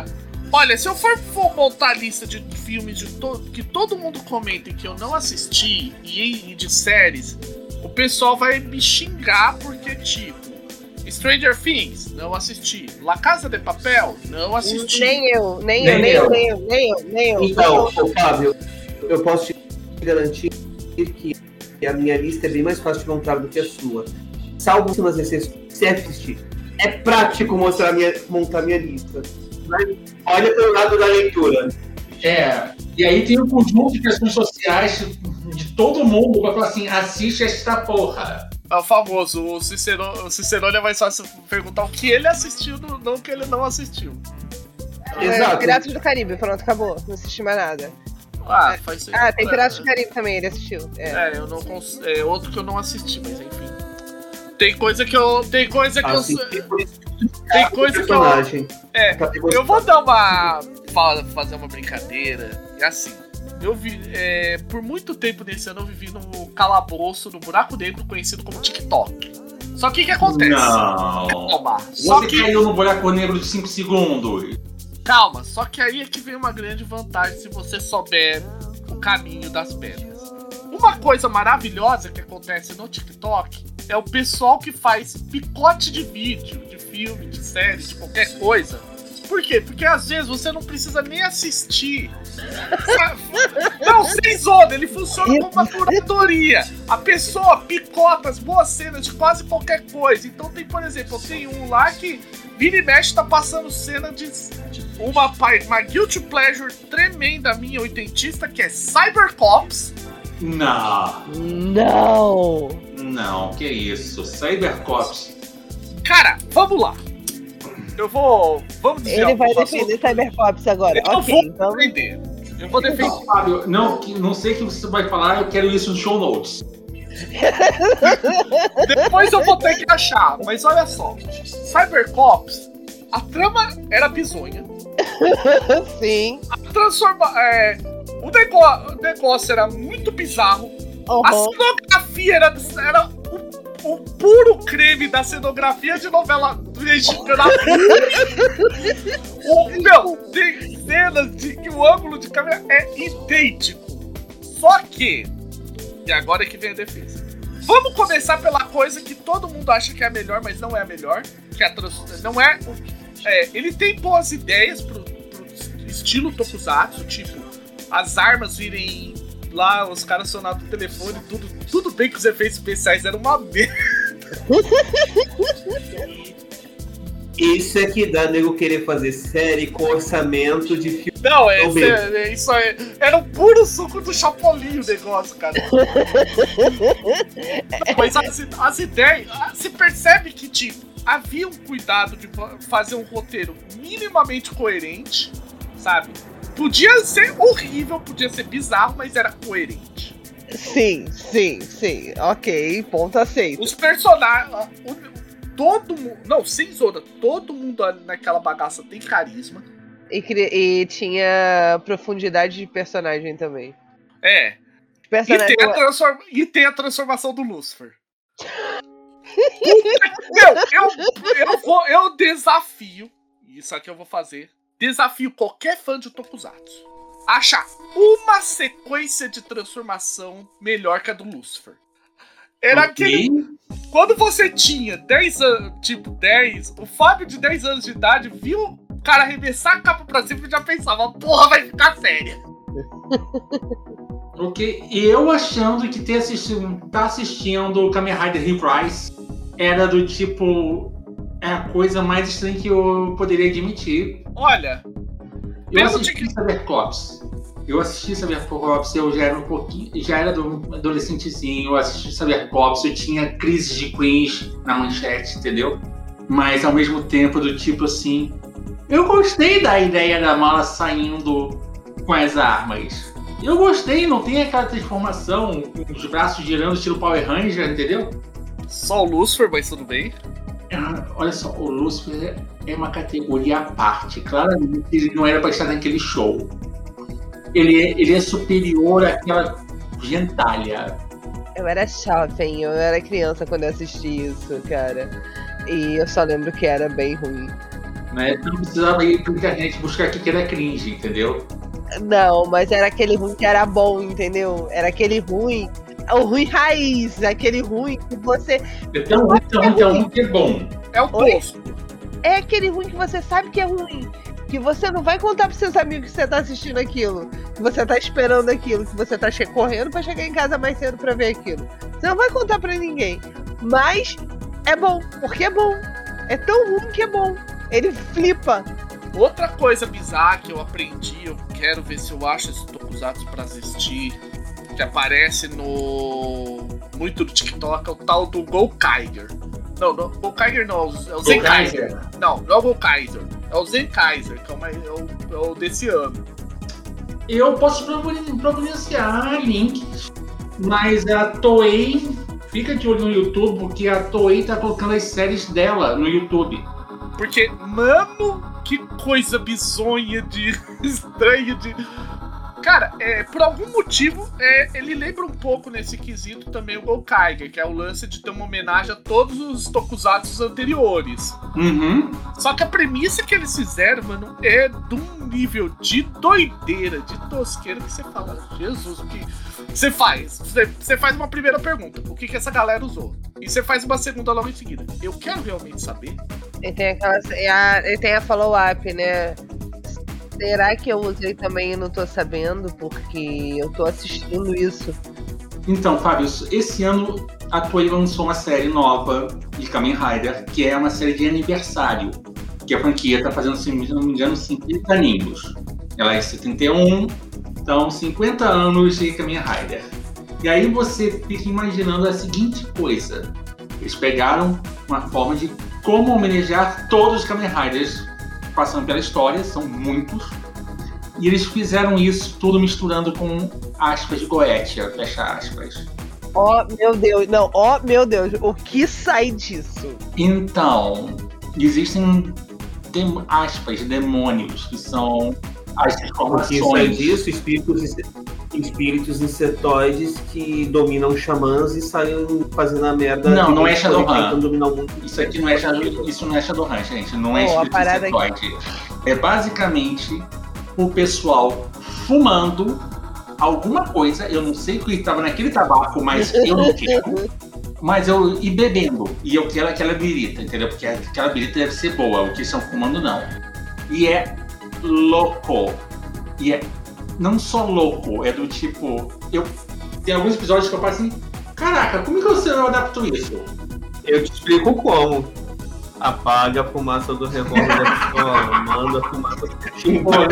Olha, se eu for, for montar a lista de filmes de to- que todo mundo comenta e que eu não assisti, e, e de séries, o pessoal vai me xingar porque, tipo, Stranger Things, não assisti. La Casa de Papel, não assisti. Nem eu, nem, Nem eu, nem eu. eu, nem eu, nem eu, nem eu. Então, ô, Fábio, eu posso te garantir que a minha lista é bem mais fácil de montar do que a sua. Salvo umas exceções, se assistir. É prático mostrar minha, montar minha lista. Mas olha pelo lado da leitura. É, e aí tem um conjunto de questões sociais de todo mundo que vai falar assim, assiste esta porra. É o famoso, o Cicerone, o Cicerone é mais fácil perguntar o que ele assistiu, não o que ele não assistiu. É, Exato. Piratas do Caribe, pronto, acabou. Não assisti mais nada. Ah, faz sentido. Ah, tem Piratas é, do Caribe também, ele assistiu. É. É, eu não cons... é outro que eu não assisti, mas enfim. Tem coisa que eu. Tem coisa que Assim, eu. por isso, Tem coisa que eu. personagem. É, Categoria. eu vou dar uma. fa- fazer uma brincadeira. É assim. Eu vi. É, por muito tempo nesse ano eu vivi no calabouço, no buraco negro conhecido como TikTok. Só que o que acontece? Não. Calma. Só Você que. caiu no buraco negro de cinco segundos. Calma, só que aí é que vem uma grande vantagem se você souber o caminho das pedras. Uma coisa maravilhosa que acontece no TikTok é o pessoal que faz picote de vídeo, de filme, de série, de qualquer coisa. Por quê? Porque às vezes você não precisa nem assistir. Não, sem zona, ele funciona como uma curadoria. A pessoa picota as boas cenas de quase qualquer coisa. Então tem, por exemplo, eu tenho um lá que vira e mexe tá passando cena de uma, uma guilty pleasure tremenda minha oitentista, que é Cybercops. Não, Não! não, que isso. Cybercops. Cara, vamos lá. Eu vou. Vamos dizer Ele vai algumas defender Cybercops agora. Eu Ok, vou então. defender. Eu vou defender. Não, Fábio, não, que- não sei o que você vai falar, eu quero isso no show notes. Depois eu vou ter que achar. Mas olha só. Cybercops, a trama era bizonha. Sim. A transforma, é, o, nego- o negócio era muito bizarro. A Uhum. cenografia era, era o, o puro creme da cenografia de novela mexicana. O, meu, tem cenas de que o ângulo de câmera é idêntico. Só que, e agora é que vem a defesa. Vamos começar pela coisa que todo mundo acha que é a melhor, mas não é a melhor. Que é a trans, não é, é. Ele tem boas ideias pro, pro estilo Tokusatsu, tipo, as armas virem lá, os caras sonaram no telefone, tudo, tudo bem que os efeitos especiais eram uma merda. Isso é que dá nego querer fazer série com orçamento de filme. Não, é, Não, é, é isso aí. Era o puro suco do Chapolin o negócio, cara. Não, mas as, as ideias, se percebe que, tipo, havia um cuidado de fazer um roteiro minimamente coerente, sabe? Podia ser horrível, podia ser bizarro, mas era coerente. Sim, sim, sim. Ok, ponto aceito. Os personagens. Todo mundo. Não, sem zona. Todo mundo naquela bagaça tem carisma. E, cri- e tinha profundidade de personagem também. É. E Personagem tem, a transform... e tem a transformação do Lucifer. Meu, eu, eu, vou, eu desafio. Isso aqui eu vou fazer. Desafio qualquer fã de Tokusatsu. Achar uma sequência de transformação melhor que a do Lucifer. Era Ok. aquele. Quando você tinha dez anos, tipo dez, o Fábio de dez anos de idade viu o cara arremessar a capa pra cima e já pensava, porra, vai ficar séria. Ok, eu achando que ter assistido, tá assistindo o Kamen Rider Reprise era do tipo. É a coisa mais estranha que eu poderia admitir. Olha, Eu Pelo assisti de- Cybercops. Eu assisti Cybercops, eu já era um pouquinho. Já era do adolescentezinho, eu assisti Cybercops, eu tinha crises de queens na manchete, entendeu? Mas ao mesmo tempo do tipo assim. Eu gostei da ideia da mala saindo com as armas. Eu gostei, não tem aquela transformação, com os braços girando, estilo Power Ranger, entendeu? só o Lucifer, mas tudo bem. Ah, olha só, o Lucifer é uma categoria à parte. Claramente ele não era pra estar naquele show. Ele é, ele é superior àquela gentalha. Eu era jovem, eu era criança quando eu assisti isso, cara. E eu só lembro que era bem ruim. Né? Não precisava ir pra internet buscar o que era cringe, entendeu? Não, mas era aquele ruim que era bom, entendeu? Era aquele ruim, o ruim raiz, aquele ruim que você... É tão ruim, tão ruim, tão ruim que é bom. É o posto. É aquele ruim que você sabe que é ruim. Que você não vai contar pros seus amigos que você tá assistindo aquilo. Que você tá esperando aquilo. Que você tá che- correndo pra chegar em casa mais cedo pra ver aquilo. Você não vai contar pra ninguém. Mas é bom, porque é bom. É tão ruim que é bom. Ele flipa. Outra coisa bizarra que eu aprendi, eu quero ver se eu acho esses tokusatsu pra assistir, que aparece no... muito no TikTok, é o tal do Gokaiger. Não, não, Gokaiger não, é o Zenkaiser. Não, não é o Gokaiser, é o Zenkaiser, que é o, mais, é o, é o desse ano. Eu posso providenciar links, mas a Toei, fica de olho no YouTube, porque a Toei tá colocando as séries dela no YouTube. Porque, mano, que coisa bizonha de... estranha de... Cara, é, por algum motivo, é, ele lembra um pouco nesse quesito também o Gokaiger, que é o lance de ter uma homenagem a todos os tokusatsu anteriores. Uhum. Só que a premissa que eles fizeram, mano, é de um nível de doideira, de tosqueira, que você fala, Jesus, o que você faz? Você, você faz uma primeira pergunta, o que, que essa galera usou? E você faz uma segunda logo em seguida. Eu quero realmente saber. Ele tem aquela. Ele tem a follow-up, né? Será que eu usei também e não tô sabendo? Porque eu tô assistindo isso. Então, Fábio, esse ano a Toei lançou uma série nova de Kamen Rider, que é uma série de aniversário, que a franquia tá fazendo, se não me engano, cinquenta aninhos. Ela é de setenta e um, então cinquenta anos de Kamen Rider. E aí você fica imaginando a seguinte coisa. Eles pegaram uma forma de como homenagear todos os Kamen Riders passando pela história, são muitos, e eles fizeram isso tudo misturando com aspas de Goetia, fecha aspas. Ó, oh, meu Deus, não, ó, oh, meu Deus, o que sai disso? Então, existem dem- aspas, demônios, que são as transformações. O que sai disso, espíritos, espíritos insetoides que dominam xamãs e saem fazendo a merda. Não, não é Shadowrun. Mundo. Isso aqui não é Shadowrun, isso não é Shadowrun, gente. Não é oh, espírito insetoide. É basicamente o pessoal fumando alguma coisa. Eu não sei o que estava naquele tabaco, mas eu não quero. Mas eu e bebendo. E eu quero aquela birita, entendeu? Porque aquela birita deve ser boa. O que estão fumando, não. E é louco. E é não só louco, é do tipo... Eu, tem alguns episódios que eu falo assim, caraca, como é que você adaptou isso? Eu te explico como. Apaga a fumaça do revólver da pistola, manda a fumaça do cachimbo,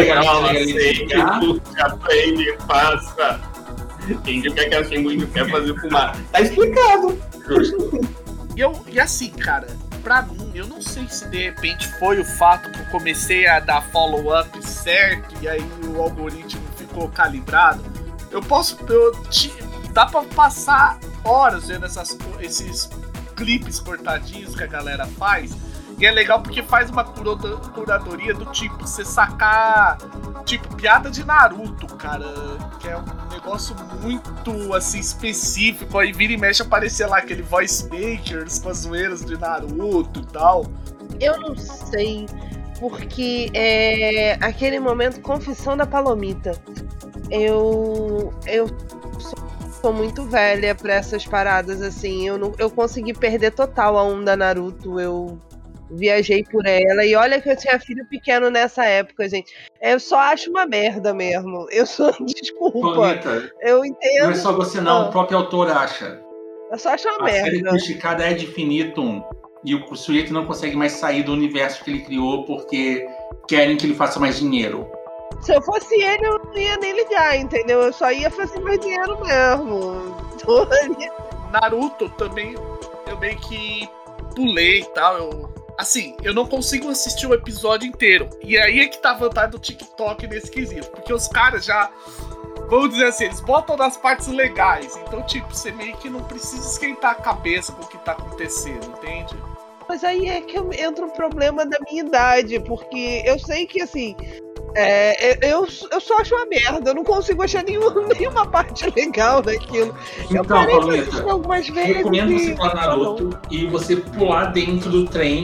aprende, passa. Entende o que é que a Xingu quer fazer fumar. Tá explicado. E, eu, e assim, cara, pra mim, eu não sei se de repente foi o fato que eu comecei a dar follow-up certo e aí o algoritmo ficou calibrado. Eu posso... Eu, dá pra passar horas vendo essas, esses clipes cortadinhos que a galera faz. E é legal porque faz uma curadoria do tipo, você sacar, tipo, piada de Naruto, cara, que é um negócio muito, assim, específico. Aí vira e mexe aparecer lá aquele voice makers com as zoeiras de Naruto e tal. Eu não sei, porque é aquele momento confissão da Palomita. Eu, eu sou, sou muito velha pra essas paradas, assim, eu, não, eu consegui perder total a onda Naruto, eu... viajei por ela, e olha que eu tinha filho pequeno nessa época, gente. Eu só acho uma merda mesmo. Eu sou, desculpa. Bonita, eu entendo. não é só você não, ah. o próprio autor acha. Eu só acho uma a merda. A série criticada é de infinitum, e o sujeito não consegue mais sair do universo que ele criou porque querem que ele faça mais dinheiro. Se eu fosse ele, eu não ia nem ligar, entendeu? Eu só ia fazer mais dinheiro mesmo. Naruto também, eu meio que pulei e tal, eu... Assim, eu não consigo assistir o episódio inteiro. E aí é que tá a vantagem do TikTok nesse quesito. Porque os caras já, vamos dizer assim, eles botam nas partes legais. Então, tipo, você meio que não precisa esquentar a cabeça com o que tá acontecendo, entende? Mas aí é que entra um problema da minha idade. Porque eu sei que, assim, é, eu, eu só acho uma merda. Eu não consigo achar nenhuma, nenhuma parte legal daquilo. Então, Paulita, algumas vezes recomendo você pular Naruto e você pular dentro do trem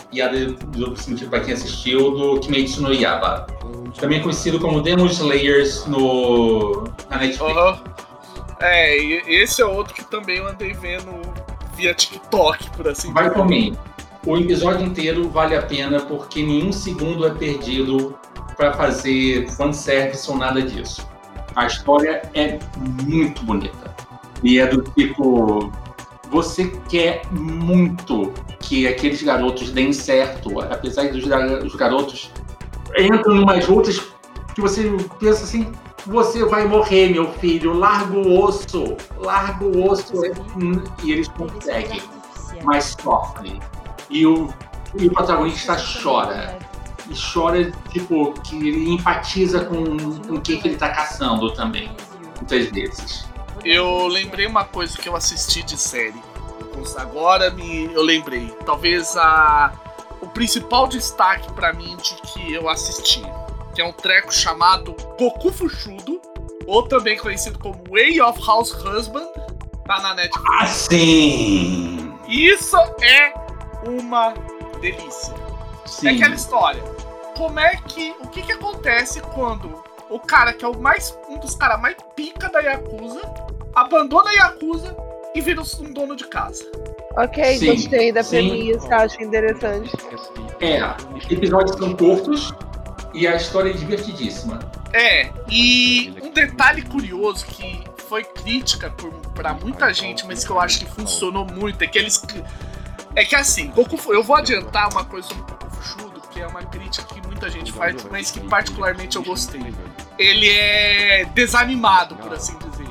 e a do duplo sentido para quem assistiu, do Kimetsu no Yaiba. Também conhecido como Demon Slayers no, na Netflix. Uhum. É, e esse é outro que também eu andei vendo via TikTok, por assim dizer. Vai por mim. O episódio inteiro vale a pena porque nenhum segundo é perdido para fazer fanservice ou nada disso. A história é muito bonita. E é do tipo... Você quer muito que aqueles garotos deem certo, apesar dos os garotos entram em umas lutas que você pensa assim, você vai morrer, meu filho, larga o osso, larga o osso, e eles conseguem, mas sofrem. E o, e o protagonista chora, e chora, tipo, que ele empatiza com, com o que ele tá caçando também, muitas vezes. Eu lembrei uma coisa que eu assisti de série. Agora me, eu lembrei. Talvez a, o principal destaque pra mim de que eu assisti. Que é um treco chamado Goku Fushudo. Ou também conhecido como Way of House Husband. Tá na Netflix. Ah, sim! Isso é uma delícia. Sim. É aquela história. Como é que... O que que acontece quando o cara que é o mais, um dos caras mais pica da Yakuza abandona a Yakuza e vira um dono de casa. Ok, Sim, gostei da sim. premissa, acho interessante. É, episódios são curtos e a história é divertidíssima. É, e um detalhe curioso que foi crítica por, pra muita gente, mas que eu acho que funcionou muito, é que eles... É que assim, Goku, eu vou adiantar uma coisa sobre Goku Fushudo, que é uma crítica que muita gente faz, mas que particularmente eu gostei. Ele é desanimado, por assim dizer.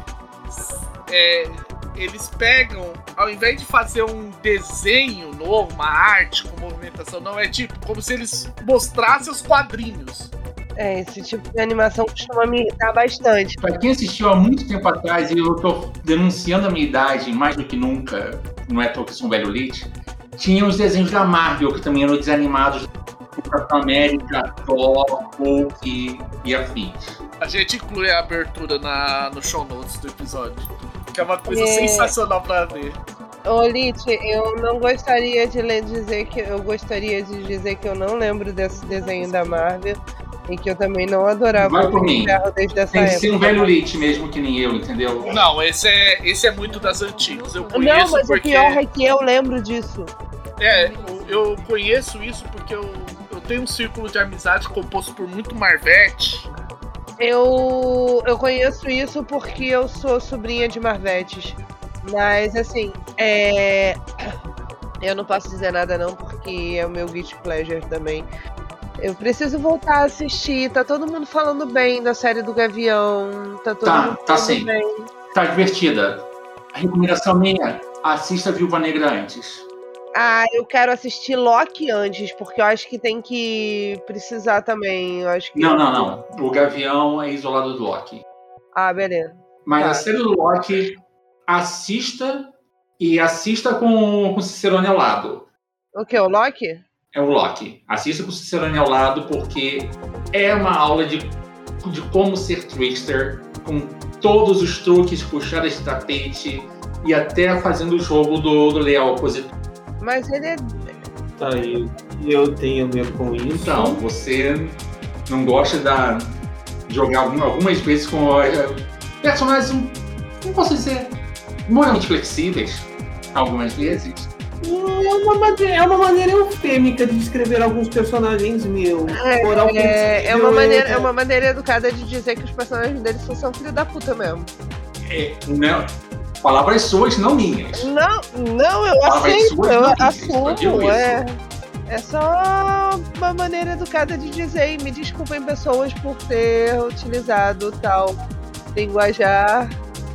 É... Eles pegam, ao invés de fazer um desenho novo, uma arte com movimentação, não, é tipo, como se eles mostrassem os quadrinhos. É, esse tipo de animação costuma me irritar bastante. Pra quem assistiu há muito tempo atrás, e eu tô denunciando a minha idade mais do que nunca, não é à toa que sou um velho leite, tinha os desenhos da Marvel, que também eram desanimados, do Capitão América, Thor, Hulk e, e afins. A gente inclui a abertura na, no show notes do episódio. Que é uma coisa É. sensacional pra ver. Ô, Lite, eu não gostaria de ler- dizer que eu gostaria de dizer que eu não lembro desse desenho da Marvel e que eu também não adorava Vai o por mim. Ferro desde essa Tem que época. ser um velho leite mesmo que nem eu, entendeu? Não, esse é, esse é muito das antigas. Eu Não, conheço mas porque... o pior é que eu lembro disso. É, eu, eu conheço isso porque eu, eu tenho um círculo de amizade composto por muito Marvete. Eu, eu conheço isso porque eu sou sobrinha de Marvetes. Mas, assim, é... eu não posso dizer nada não, porque é o meu guilty pleasure também. Eu preciso voltar a assistir. Tá todo mundo falando bem da série do Gavião. Tá todo Tá, mundo tá falando sim. bem. Tá divertida. A recomendação minha, assista Viúva Negra antes. Ah, eu quero assistir Loki antes, porque eu acho que tem que precisar também. Eu acho que... Não, não, não. O Gavião é isolado do Loki. Ah, beleza. Mas Tá. a série do Loki, assista e assista com, com o Cicerone ao lado. O que? O Loki? É o Loki. Assista com o Cicerone ao lado porque é uma aula de, de como ser trickster, com todos os truques puxados de tapete e até fazendo o jogo do, do leal opositor. Mas ele é... Aí eu tenho medo com isso. Então, você não gosta da, de jogar algum- algumas vezes com eh, personagens, não posso dizer, moralmente flexíveis, algumas vezes. É uma, mane- é uma maneira eufêmica de descrever alguns personagens meus. Moral É, é, flexível uma maneira, é uma maneira educada de dizer que os personagens deles só são filho da puta mesmo. É, não, palavras suas, não minhas. Não, não, eu Palavras aceito, suas, eu não minhas, eu digo assumo, é. isso. É só uma maneira educada de dizer, e me desculpem pessoas por ter utilizado tal linguajar,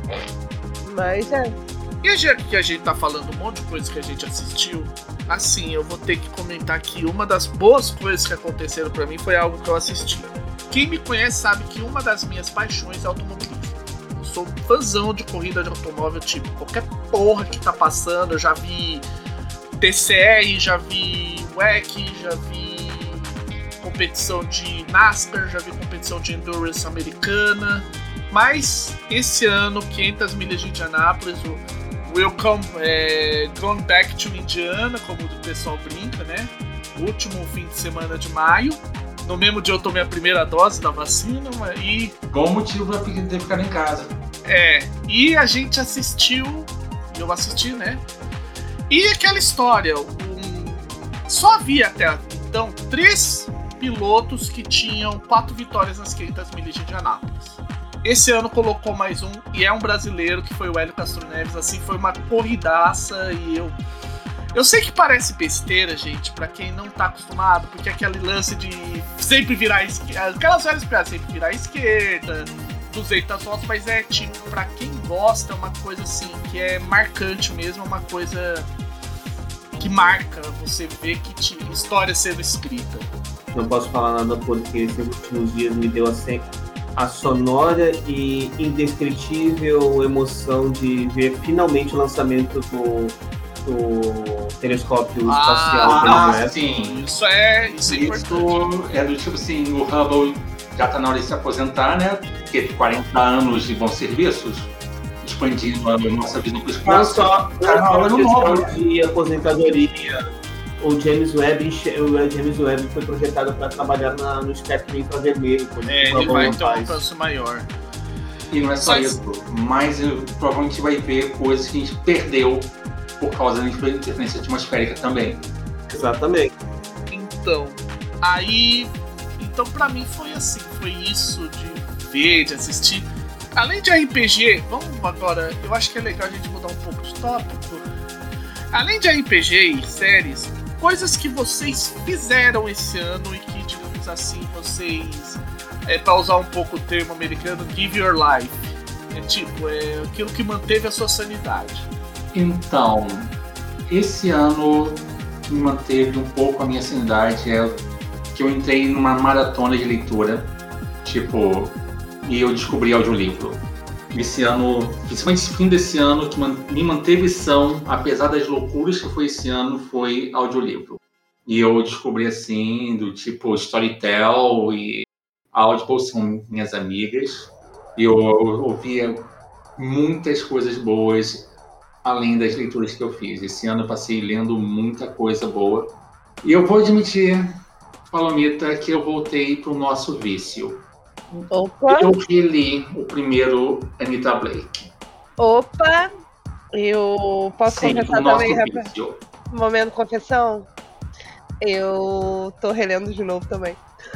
mas é. E já que a gente tá falando um monte de coisa que a gente assistiu, assim, eu vou ter que comentar que uma das boas coisas que aconteceram pra mim foi algo que eu assisti. Quem me conhece sabe que uma das minhas paixões é automobilismo. Eu sou um fãzão de corrida de automóvel, tipo, qualquer porra que tá passando, eu já vi T C R, já vi W E C, já vi competição de NASCAR, já vi competição de Endurance americana. Mas esse ano, quinhentas milhas de Indianápolis, o Welcome, é, Gone Back to Indiana, como o pessoal brinca, né? último fim de semana de maio. No mesmo dia eu tomei a primeira dose da vacina e... Bom motivo pra ter ficado em casa. É, e a gente assistiu, eu assisti, né? E aquela história, um, só havia até então três pilotos que tinham quatro vitórias nas quinhentas milhas de Indianápolis. Esse ano colocou mais um, e é um brasileiro, que foi o Hélio Castro Neves. Assim, foi uma corridaça, e eu... Eu sei que parece besteira, gente, pra quem não tá acostumado, porque aquele lance de sempre virar à esquerda, aquelas velhas piadas, sempre virar à esquerda, duzentas voltas, mas é tipo, pra quem gosta, é uma coisa assim, que é marcante mesmo, é uma coisa que marca, você vê que tinha história sendo escrita. Não posso falar nada porque esses últimos dias me deu assim, a sonora e indescritível emoção de ver finalmente o lançamento do do telescópio ah, espacial. Ah, sim. Isso é, isso é Isso importante. é do tipo assim, o Hubble já tá na hora de se aposentar, né? Porque quarenta anos de bons serviços, expandindo a nossa vida para o Não espaço. só Tá na hora do novo. de aposentadoria. O James Webb, o James Webb foi projetado para trabalhar na, no espectro infravermelho. É, ele vai ter um alcance maior. E não é só Mas... isso, mas provavelmente vai ver coisas que a gente perdeu por causa da interferência atmosférica também. Exatamente. Então, aí... Então, pra mim, foi assim. Foi isso de ver, de assistir. Além de R P G, vamos agora... Eu acho que é legal a gente mudar um pouco de tópico. Além de R P G e séries, coisas que vocês fizeram esse ano e que, digamos assim, vocês... É, pra usar um pouco o termo americano, give your life. É tipo, é aquilo que manteve a sua sanidade. Então, esse ano me manteve um pouco a minha sanidade é que eu entrei numa maratona de leitura, tipo, e eu descobri audiolivro. Esse ano, principalmente esse fim desse ano, que me manteve são, apesar das loucuras que foi esse ano, foi audiolivro. E eu descobri assim, do tipo Storytel e Audible são minhas amigas, e eu ouvia muitas coisas boas além das leituras que eu fiz. Esse ano eu passei lendo muita coisa boa. E eu vou admitir, Palomita, que eu voltei pro nosso vício. Opa! Eu reli o primeiro Anita Blake. Opa! Eu posso Sim, confessar o nosso também, rapaz? vício. Momento confessão. Eu tô relendo de novo também.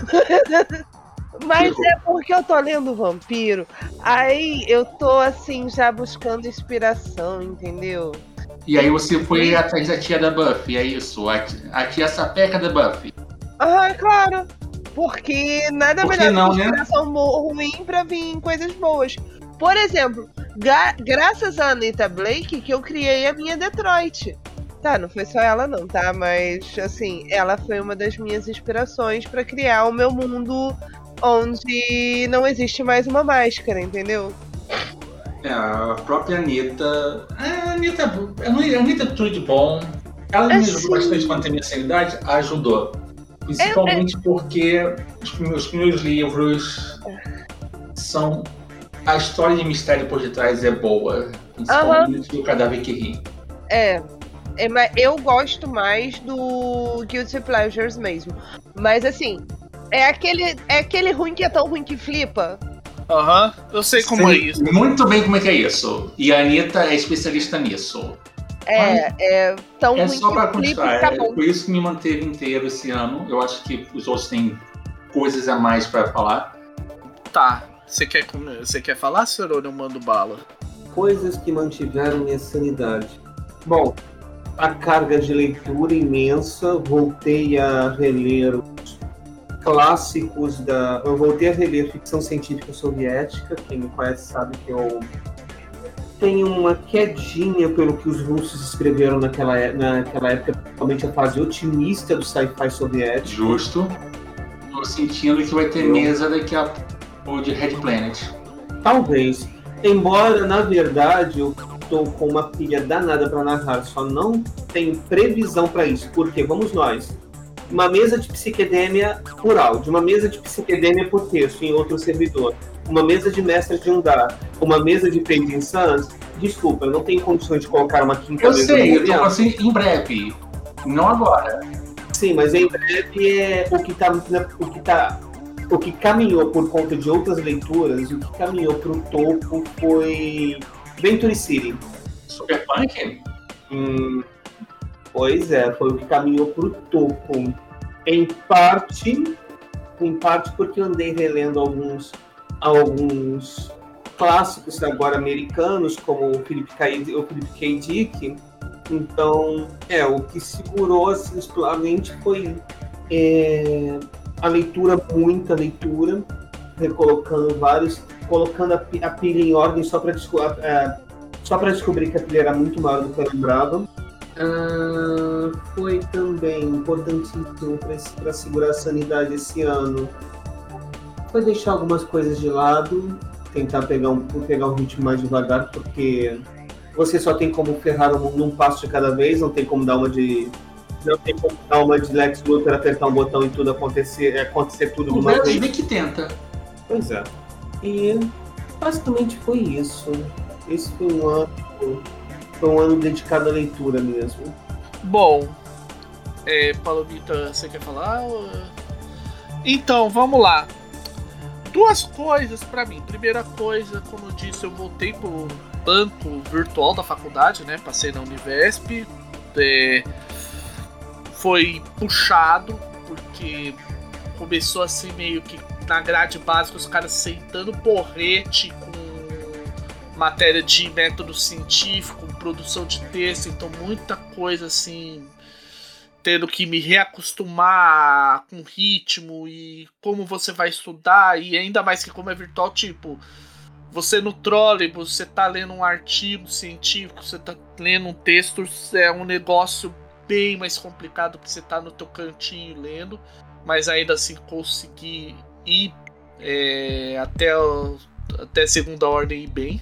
Mas é porque eu tô lendo Vampiro. Aí eu tô assim, já buscando inspiração, entendeu? E aí você foi atrás da tia da Buffy, é isso? A tia, a tia sapeca da Buffy. Ah, claro. Porque nada Por que melhor não, que né? inspiração ruim pra vir em coisas boas. Por exemplo, gra- graças a Anita Blake que eu criei a minha Detroit. Tá, não foi só ela não, tá? Mas, assim, ela foi uma das minhas inspirações pra criar o meu mundo onde não existe mais uma máscara, entendeu? É, a própria Anitta... A Anitta, a Anitta é tudo de bom. Ela É, me ajudou sim. bastante a manter minha sanidade? Ajudou. Principalmente porque os meus primeiros livros são... A história de mistério por detrás é boa. Principalmente o Cadáver que Ri. É, é, mas eu gosto mais do Guilty Pleasures mesmo. Mas assim, é aquele, é aquele ruim que é tão ruim que flipa. Aham, uhum, eu sei como Sei é isso. muito bem como é que é isso. E a Anitta é especialista nisso. É, é tão É ruim só pra que flipa constar, e fica é bom. por isso que me manteve inteiro esse ano. Eu acho que os outros têm coisas a mais pra falar. Tá, você quer, você quer falar, senhor, ou eu mando bala? Coisas que mantiveram minha sanidade. Bom, a carga de leitura imensa, voltei a reler os clássicos da... Eu voltei a reler ficção científica soviética. Quem me conhece sabe que eu tenho uma quedinha pelo que os russos escreveram naquela, naquela época, principalmente a fase otimista do sci-fi soviético. Justo. Tô sentindo que vai ter mesa daqui a pouco de Red Planet. Talvez. Embora, na verdade, eu estou com uma pilha danada para narrar, só não tenho previsão para isso. Porque, vamos nós, uma mesa de psiquedemia por áudio, uma mesa de psiquedemia por texto em outro servidor, uma mesa de mestre de andar, uma mesa de Fading Suns, desculpa, eu não tenho condições de colocar uma quinta Eu mesa sei, no eu tô momento. falando assim em breve. Não agora. Sim, mas em breve é o que tá, o que tá, o que caminhou por conta de outras leituras, o que caminhou para o topo foi Venture City. Superpunk? Hum, pois é, foi o que caminhou para o topo. Em parte, em parte porque eu andei relendo alguns, alguns clássicos agora americanos, como o Philip K. o Philip K. Dick. Então, é, o que segurou assim, explosivamente foi é, a leitura, muita leitura, recolocando vários, colocando a, a pilha em ordem só para é, só para descobrir que a pilha era muito maior do que eu lembrava. Ah, foi também importantíssimo para segurar a sanidade esse ano. Foi deixar algumas coisas de lado, tentar pegar um, pegar um ritmo mais devagar, porque você só tem como ferrar o mundo um passo de cada vez, não tem como dar uma de. Não tem como dar uma de Lex Luthor, apertar um botão e tudo acontecer, acontecer tudo de uma vez. O que tenta. Pois é. E basicamente foi isso. Esse foi um ano. Foi um ano dedicado à leitura mesmo. Bom, é, Palomita, você quer falar? Então, vamos lá. Duas coisas pra mim. Primeira coisa, como eu disse, eu voltei pro banco virtual da faculdade, né? Passei na Univesp. É, foi puxado, porque começou assim meio que na grade básica, os caras sentando porrete com matéria de método científico, produção de texto, então muita coisa assim, tendo que me reacostumar com ritmo e como você vai estudar, e ainda mais que como é virtual, tipo, você no trolleybus, você tá lendo um artigo científico, você tá lendo um texto, é um negócio bem mais complicado que você tá no teu cantinho lendo, mas ainda assim conseguir ir é, até, até segunda ordem e bem.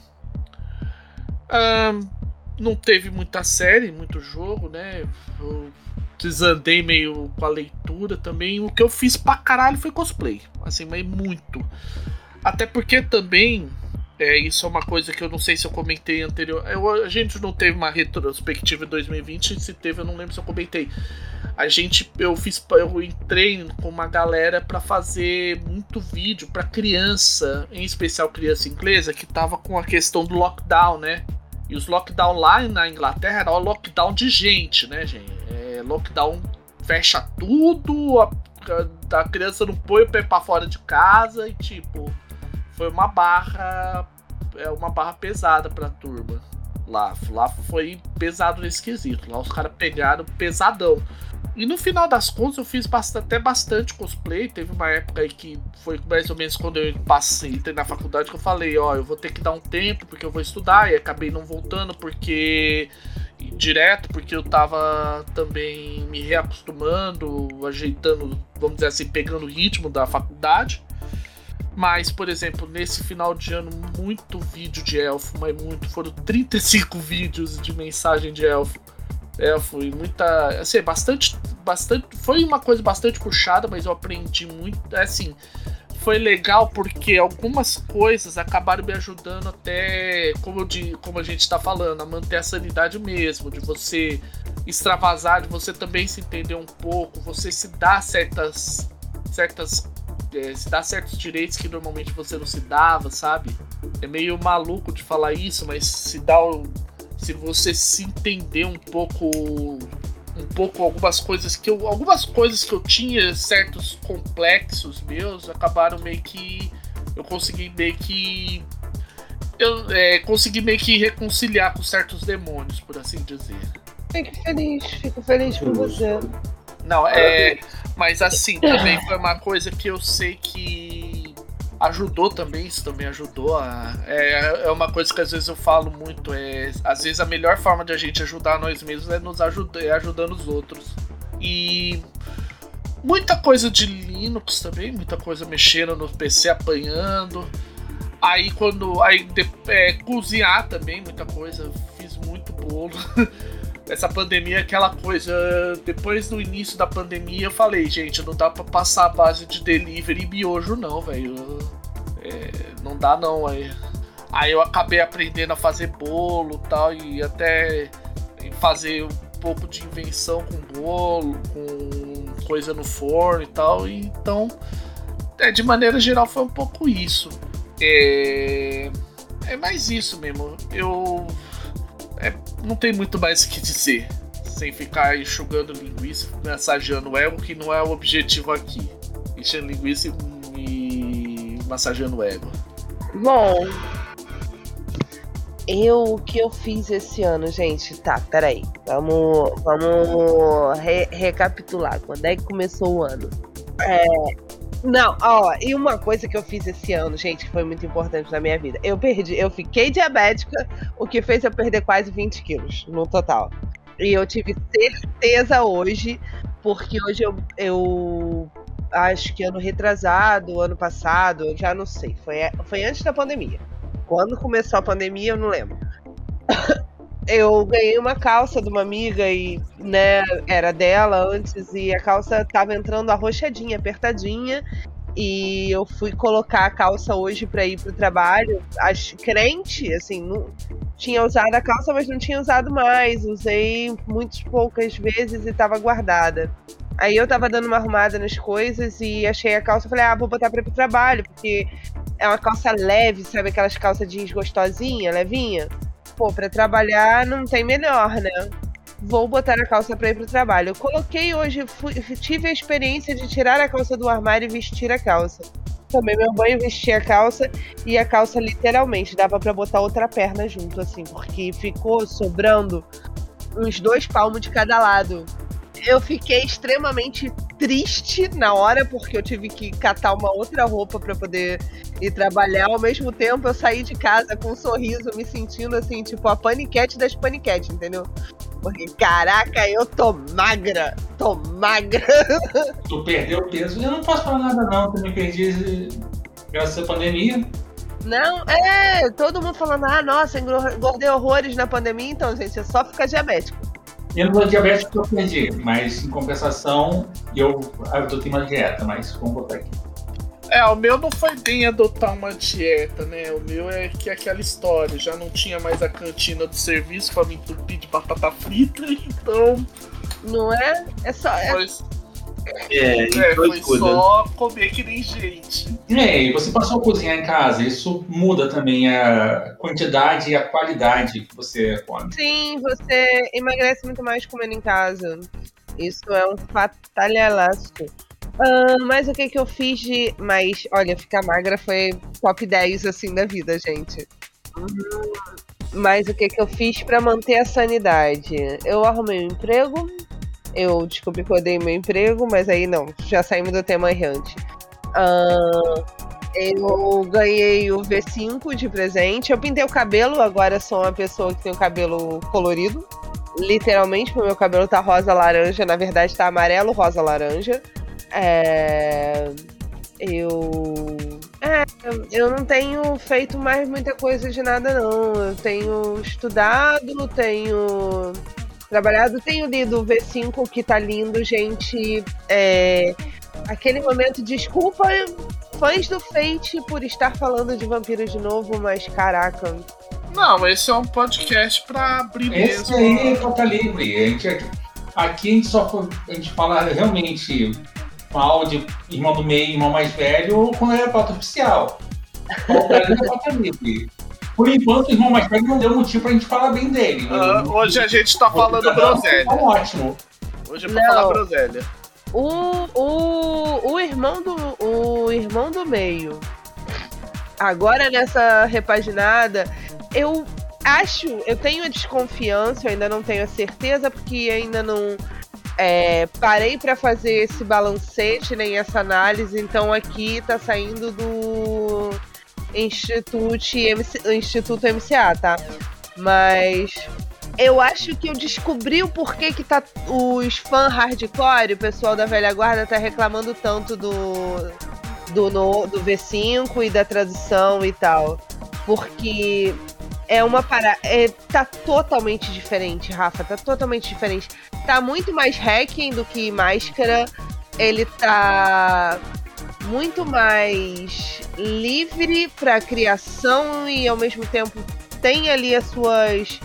Um, não teve muita série, muito jogo, né? Eu desandei meio com a leitura também. O que eu fiz pra caralho foi cosplay, assim, mas muito. Até porque também, é, isso é uma coisa que eu não sei se eu comentei anterior. Eu, a gente não teve uma retrospectiva em dois mil e vinte, se teve eu não lembro se eu comentei. A gente, eu fiz, eu entrei com uma galera pra fazer muito vídeo pra criança, em especial criança inglesa, que tava com a questão do lockdown, né? E os lockdown lá na Inglaterra era o lockdown de gente, né, gente? É, lockdown fecha tudo, a, a criança não põe o pé pra fora de casa e, tipo, foi uma barra, é uma barra pesada pra turma. Lá, lá foi pesado nesse quesito. Lá os caras pegaram pesadão. E no final das contas eu fiz bastante, até bastante cosplay. Teve uma época aí que foi mais ou menos quando eu passei, entrei na faculdade, que eu falei, ó, eu vou ter que dar um tempo porque eu vou estudar. E acabei não voltando porque direto, porque eu tava também me reacostumando, ajeitando, vamos dizer assim, pegando o ritmo da faculdade. Mas, por exemplo, nesse final de ano, muito vídeo de elfo, mas muito, foram trinta e cinco vídeos de mensagem de elfo. É, foi muita, assim, bastante, bastante, foi uma coisa bastante puxada, mas eu aprendi muito, assim, foi legal porque algumas coisas acabaram me ajudando até, como, eu, de, como a gente tá falando, a manter a sanidade mesmo, de você extravasar, de você também se entender um pouco, você se dá certas, certas, é, se dá certos direitos que normalmente você não se dava, sabe? É meio maluco de falar isso, mas se dá o... Se você se entender um pouco, um pouco algumas coisas que eu, algumas coisas que eu tinha, certos complexos meus, acabaram meio que, eu consegui meio que, eu é, consegui meio que reconciliar com certos demônios, por assim dizer. Fico feliz, fico feliz por você. Não, é, mas assim, também foi uma coisa que eu sei que ajudou também, isso também ajudou a, é, é uma coisa que às vezes eu falo muito, é, às vezes a melhor forma de a gente ajudar nós mesmos é nos ajudar, é ajudando os outros. E muita coisa de Linux também, muita coisa mexendo no P C, apanhando. Aí quando, aí de, é, cozinhar também, muita coisa, fiz muito bolo. Essa pandemia é aquela coisa, depois do início da pandemia eu falei, gente, não dá pra passar a base de delivery e miojo não, velho, é, não dá não, aí, aí eu acabei aprendendo a fazer bolo e tal, e até fazer um pouco de invenção com bolo, com coisa no forno e tal. E, então, é, de maneira geral, foi um pouco isso. É, é mais isso mesmo. Eu é, não tem muito mais o que dizer. Sem ficar enxugando linguiça, massageando o ego, que não é o objetivo aqui. Enchendo linguiça e massageando o ego. Bom, eu o que eu fiz esse ano, gente, tá, peraí. Vamos, vamos re- recapitular. Quando é que começou o ano? É. Não, ó, e uma coisa que eu fiz esse ano, gente, que foi muito importante na minha vida. Eu perdi, eu fiquei diabética, o que fez eu perder quase vinte quilos no total. E eu tive certeza hoje, porque hoje eu, eu acho que ano retrasado, ano passado, eu já não sei, foi, foi antes da pandemia. Quando começou a pandemia, eu não lembro. Eu ganhei uma calça de uma amiga e, né, era dela antes, e a calça tava entrando arrochadinha, apertadinha, e eu fui colocar a calça hoje pra ir pro trabalho, acho crente, assim, não tinha usado a calça, mas não tinha usado mais, usei muitas poucas vezes e tava guardada. Aí eu tava dando uma arrumada nas coisas e achei a calça, falei, ah, vou botar pra ir pro trabalho, porque é uma calça leve, sabe, aquelas calças jeans gostosinha, levinha? Pô, pra trabalhar não tem melhor, né? Vou botar a calça pra ir pro trabalho. Eu coloquei hoje, fui, tive a experiência de tirar a calça do armário e vestir a calça. Tomei meu banho, vesti a calça, e a calça literalmente dava pra botar outra perna junto, assim, porque ficou sobrando uns dois palmos de cada lado. Eu fiquei extremamente triste na hora, porque eu tive que catar uma outra roupa pra poder ir trabalhar. Ao mesmo tempo, eu saí de casa com um sorriso, me sentindo assim, tipo a paniquete das paniquetes, entendeu? Porque, caraca, eu tô magra, tô magra. Tu perdeu peso? Eu não posso falar nada não, eu me perdi graças à pandemia. Não, é, todo mundo falando, ah, nossa, engordei horrores na pandemia, então, gente, é só ficar diabético. Eu não sou diabético que eu perdi, mas em compensação eu adotei uma dieta, mas vamos botar aqui. É, o meu não foi bem adotar uma dieta, né? O meu é que é aquela história, já não tinha mais a cantina do serviço pra me entupir de batata frita, então... Não é? É só... É... Foi, É, é, foi só comer que nem gente. É, e você passou a cozinhar em casa, isso muda também a quantidade e a qualidade que você come. Sim, você emagrece muito mais comendo em casa. Isso é um fatalhalaço. Uh, mas o que que eu fiz de... Mas, olha, ficar magra foi top dez, assim, da vida, gente. Hum, mas o que que eu fiz pra manter a sanidade? Eu arrumei um emprego. Eu descobri que eu odeio meu emprego, mas aí não, já saímos do tema errante. Uh, eu ganhei o V cinco de presente. Eu pintei o cabelo, agora sou uma pessoa que tem o cabelo colorido. Literalmente, porque o meu cabelo tá rosa-laranja, na verdade tá amarelo-rosa-laranja. É... Eu... É, eu não tenho feito mais muita coisa de nada, não. Eu tenho estudado, tenho... trabalhado, tenho lido o V cinco, que tá lindo, gente. É... Aquele momento, desculpa, fãs do Fate, por estar falando de vampiros de novo, mas caraca. Não, esse é um podcast pra abrir esse mesmo. Esse aí é pauta livre. A gente, aqui a gente só a gente fala realmente mal de irmão do meio, irmão mais velho, ou quando é pauta oficial. Pauta livre é pauta livre. Por enquanto, o irmão mais velho não deu motivo pra gente falar bem dele. Uh, hoje a gente tá falando groselha. Tá ótimo. Hoje é pra não. falar groselha. O, o, o, irmão do, o irmão do meio. Agora, nessa repaginada, eu acho, eu tenho a desconfiança, eu ainda não tenho a certeza, porque ainda não é, parei pra fazer esse balancete, nem essa análise, então aqui tá saindo do Instituto M C, Instituto M C A, tá? Mas eu acho que eu descobri o porquê que tá os fãs hardcore, o pessoal da velha guarda tá reclamando tanto do do, no, do V cinco e da tradução e tal. Porque é uma parada... É, tá totalmente diferente, Rafa, tá totalmente diferente. Tá muito mais hacking do que máscara. Ele tá muito mais livre pra criação e ao mesmo tempo tem ali as suas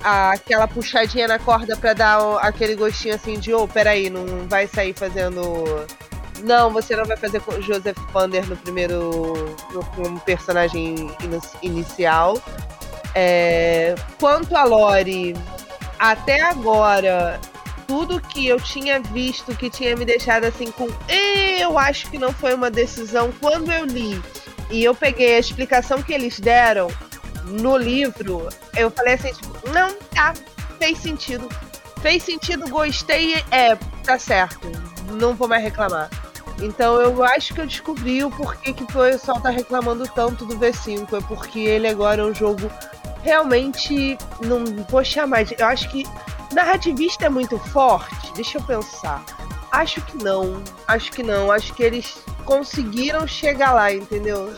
a, aquela puxadinha na corda pra dar o, aquele gostinho assim de, ô, oh, peraí, não vai sair fazendo... Não, você não vai fazer com Joseph Pander no primeiro... No, como personagem in, inicial. É, quanto a Lori, até agora, tudo que eu tinha visto que tinha me deixado assim com... Eu acho que não foi uma decisão. Quando eu li e eu peguei a explicação que eles deram no livro, eu falei assim, tipo, não, tá, fez sentido. Fez sentido, gostei, é, tá certo. Não vou mais reclamar. Então eu acho que eu descobri o porquê que o pessoal tá reclamando tanto do V cinco. É porque ele agora é um jogo realmente, não vou chamar de... Eu acho que narrativista é muito forte. Deixa eu pensar. Acho que não. Acho que não. Acho que eles conseguiram chegar lá, entendeu?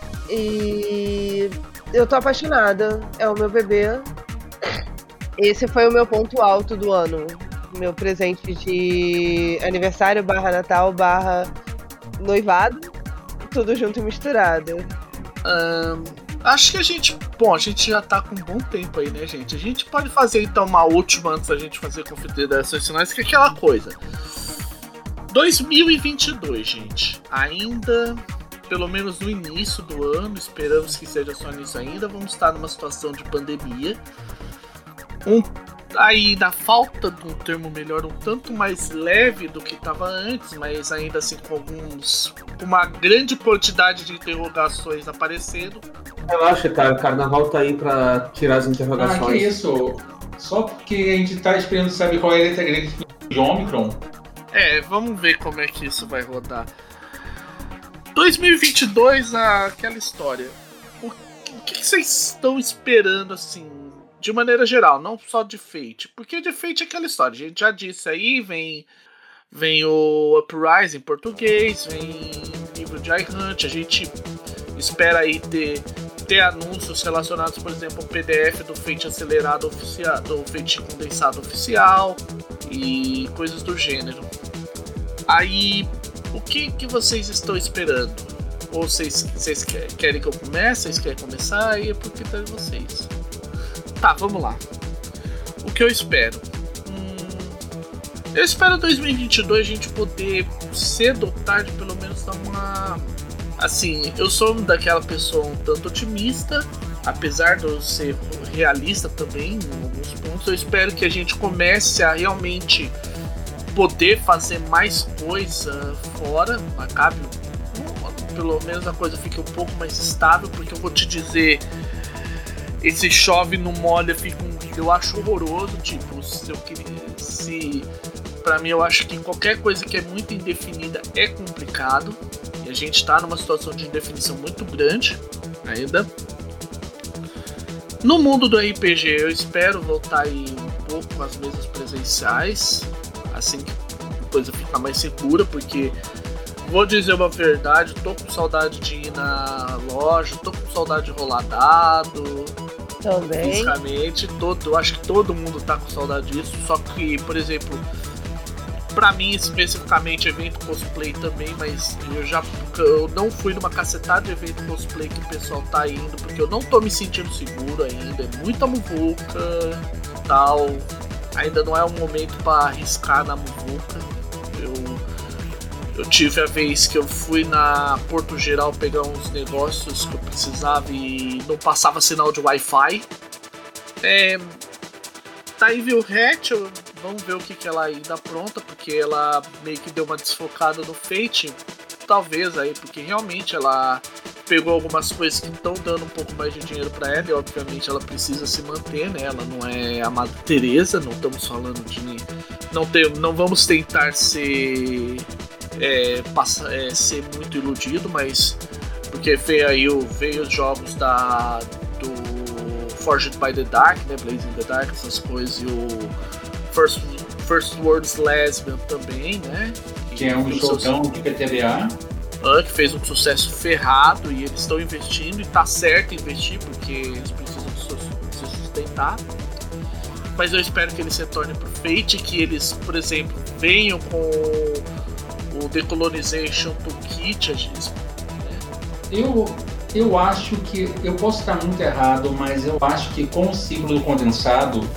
E eu tô apaixonada. É o meu bebê. Esse foi o meu ponto alto do ano. Meu presente de aniversário, barra Natal, barra noivado. Tudo junto e misturado. Um, acho que a gente... Bom, a gente já tá com um bom tempo aí, né, gente? A gente pode fazer, então, uma última antes da gente fazer considerações finais, que é aquela coisa. dois mil e vinte e dois, gente. Ainda... Pelo menos no início do ano, esperamos que seja só nisso ainda, vamos estar numa situação de pandemia. Um, aí, na falta de um termo melhor, um tanto mais leve do que estava antes, mas ainda assim com alguns... uma grande quantidade de interrogações aparecendo. Relaxa, cara, o carnaval tá aí pra tirar as interrogações. Ah, que isso? Só porque a gente tá esperando saber qual é a letra grande de Omicron. É, vamos ver como é que isso vai rodar. dois mil e vinte e dois, aquela história. O, o que vocês estão esperando, assim, de maneira geral, não só de Fate? Porque de Fate é aquela história, a gente já disse aí, vem, vem o Uprising em português, vem o livro de iHunt, a gente espera aí ter, ter anúncios relacionados, por exemplo, ao P D F do Fate acelerado oficial, do Fate condensado oficial e coisas do gênero. Aí... O que, que vocês estão esperando? Ou vocês, vocês querem que eu comece? Vocês querem começar? Aí é porque tá de vocês. Tá, vamos lá. O que eu espero? Hum, eu espero dois mil e vinte e dois a gente poder, cedo ou tarde, pelo menos dar uma... Assim, eu sou daquela pessoa um tanto otimista, apesar de eu ser realista também, em alguns pontos. Eu espero que a gente comece a realmente... poder fazer mais coisa fora, acabe, pelo menos a coisa fique um pouco mais estável, porque eu vou te dizer, esse chove não molha, fica um, eu acho horroroso, tipo, se eu queria, se, pra mim eu acho que qualquer coisa que é muito indefinida é complicado, e a gente tá numa situação de indefinição muito grande ainda. No mundo do R P G eu espero voltar aí um pouco com as mesas presenciais, assim que a coisa ficar mais segura, porque vou dizer uma verdade, tô com saudade de ir na loja, tô com saudade de rolar dado. Também. Fisicamente, todo, eu acho que todo mundo tá com saudade disso, só que, por exemplo, pra mim especificamente evento cosplay também, mas eu já eu não fui numa cacetada de evento cosplay que o pessoal tá indo, porque eu não tô me sentindo seguro ainda, é muita muvuca, tal. Ainda não é um momento para arriscar na muvuca. Eu, eu tive a vez que eu fui na Porto Geral pegar uns negócios que eu precisava e não passava sinal de Wi-Fi. É, tá aí, viu, Hatch, vamos ver o que, que ela ainda pronta, porque ela meio que deu uma desfocada no Fate. Talvez aí, porque realmente ela pegou algumas coisas que estão dando um pouco mais de dinheiro para ela e obviamente ela precisa se manter, né? Ela não é a Madre Teresa, não estamos falando de... Não, tem, não vamos tentar ser, é, passa, é, ser muito iludido, mas... Porque veio aí veio os jogos da, do Forged by the Dark, né? Blazing the Dark, essas coisas, e o First, First World's Lesbian também, né? Que, que é um jogão de P T B A. Que fez um sucesso ferrado e eles estão investindo e tá certo investir porque eles precisam se sustentar. Mas eu espero que eles retornem pro Fate, que eles, por exemplo, venham com o Decolonization Toolkit. Né? Eu, eu acho que, eu posso estar muito errado, mas eu acho que com o ciclo do condensado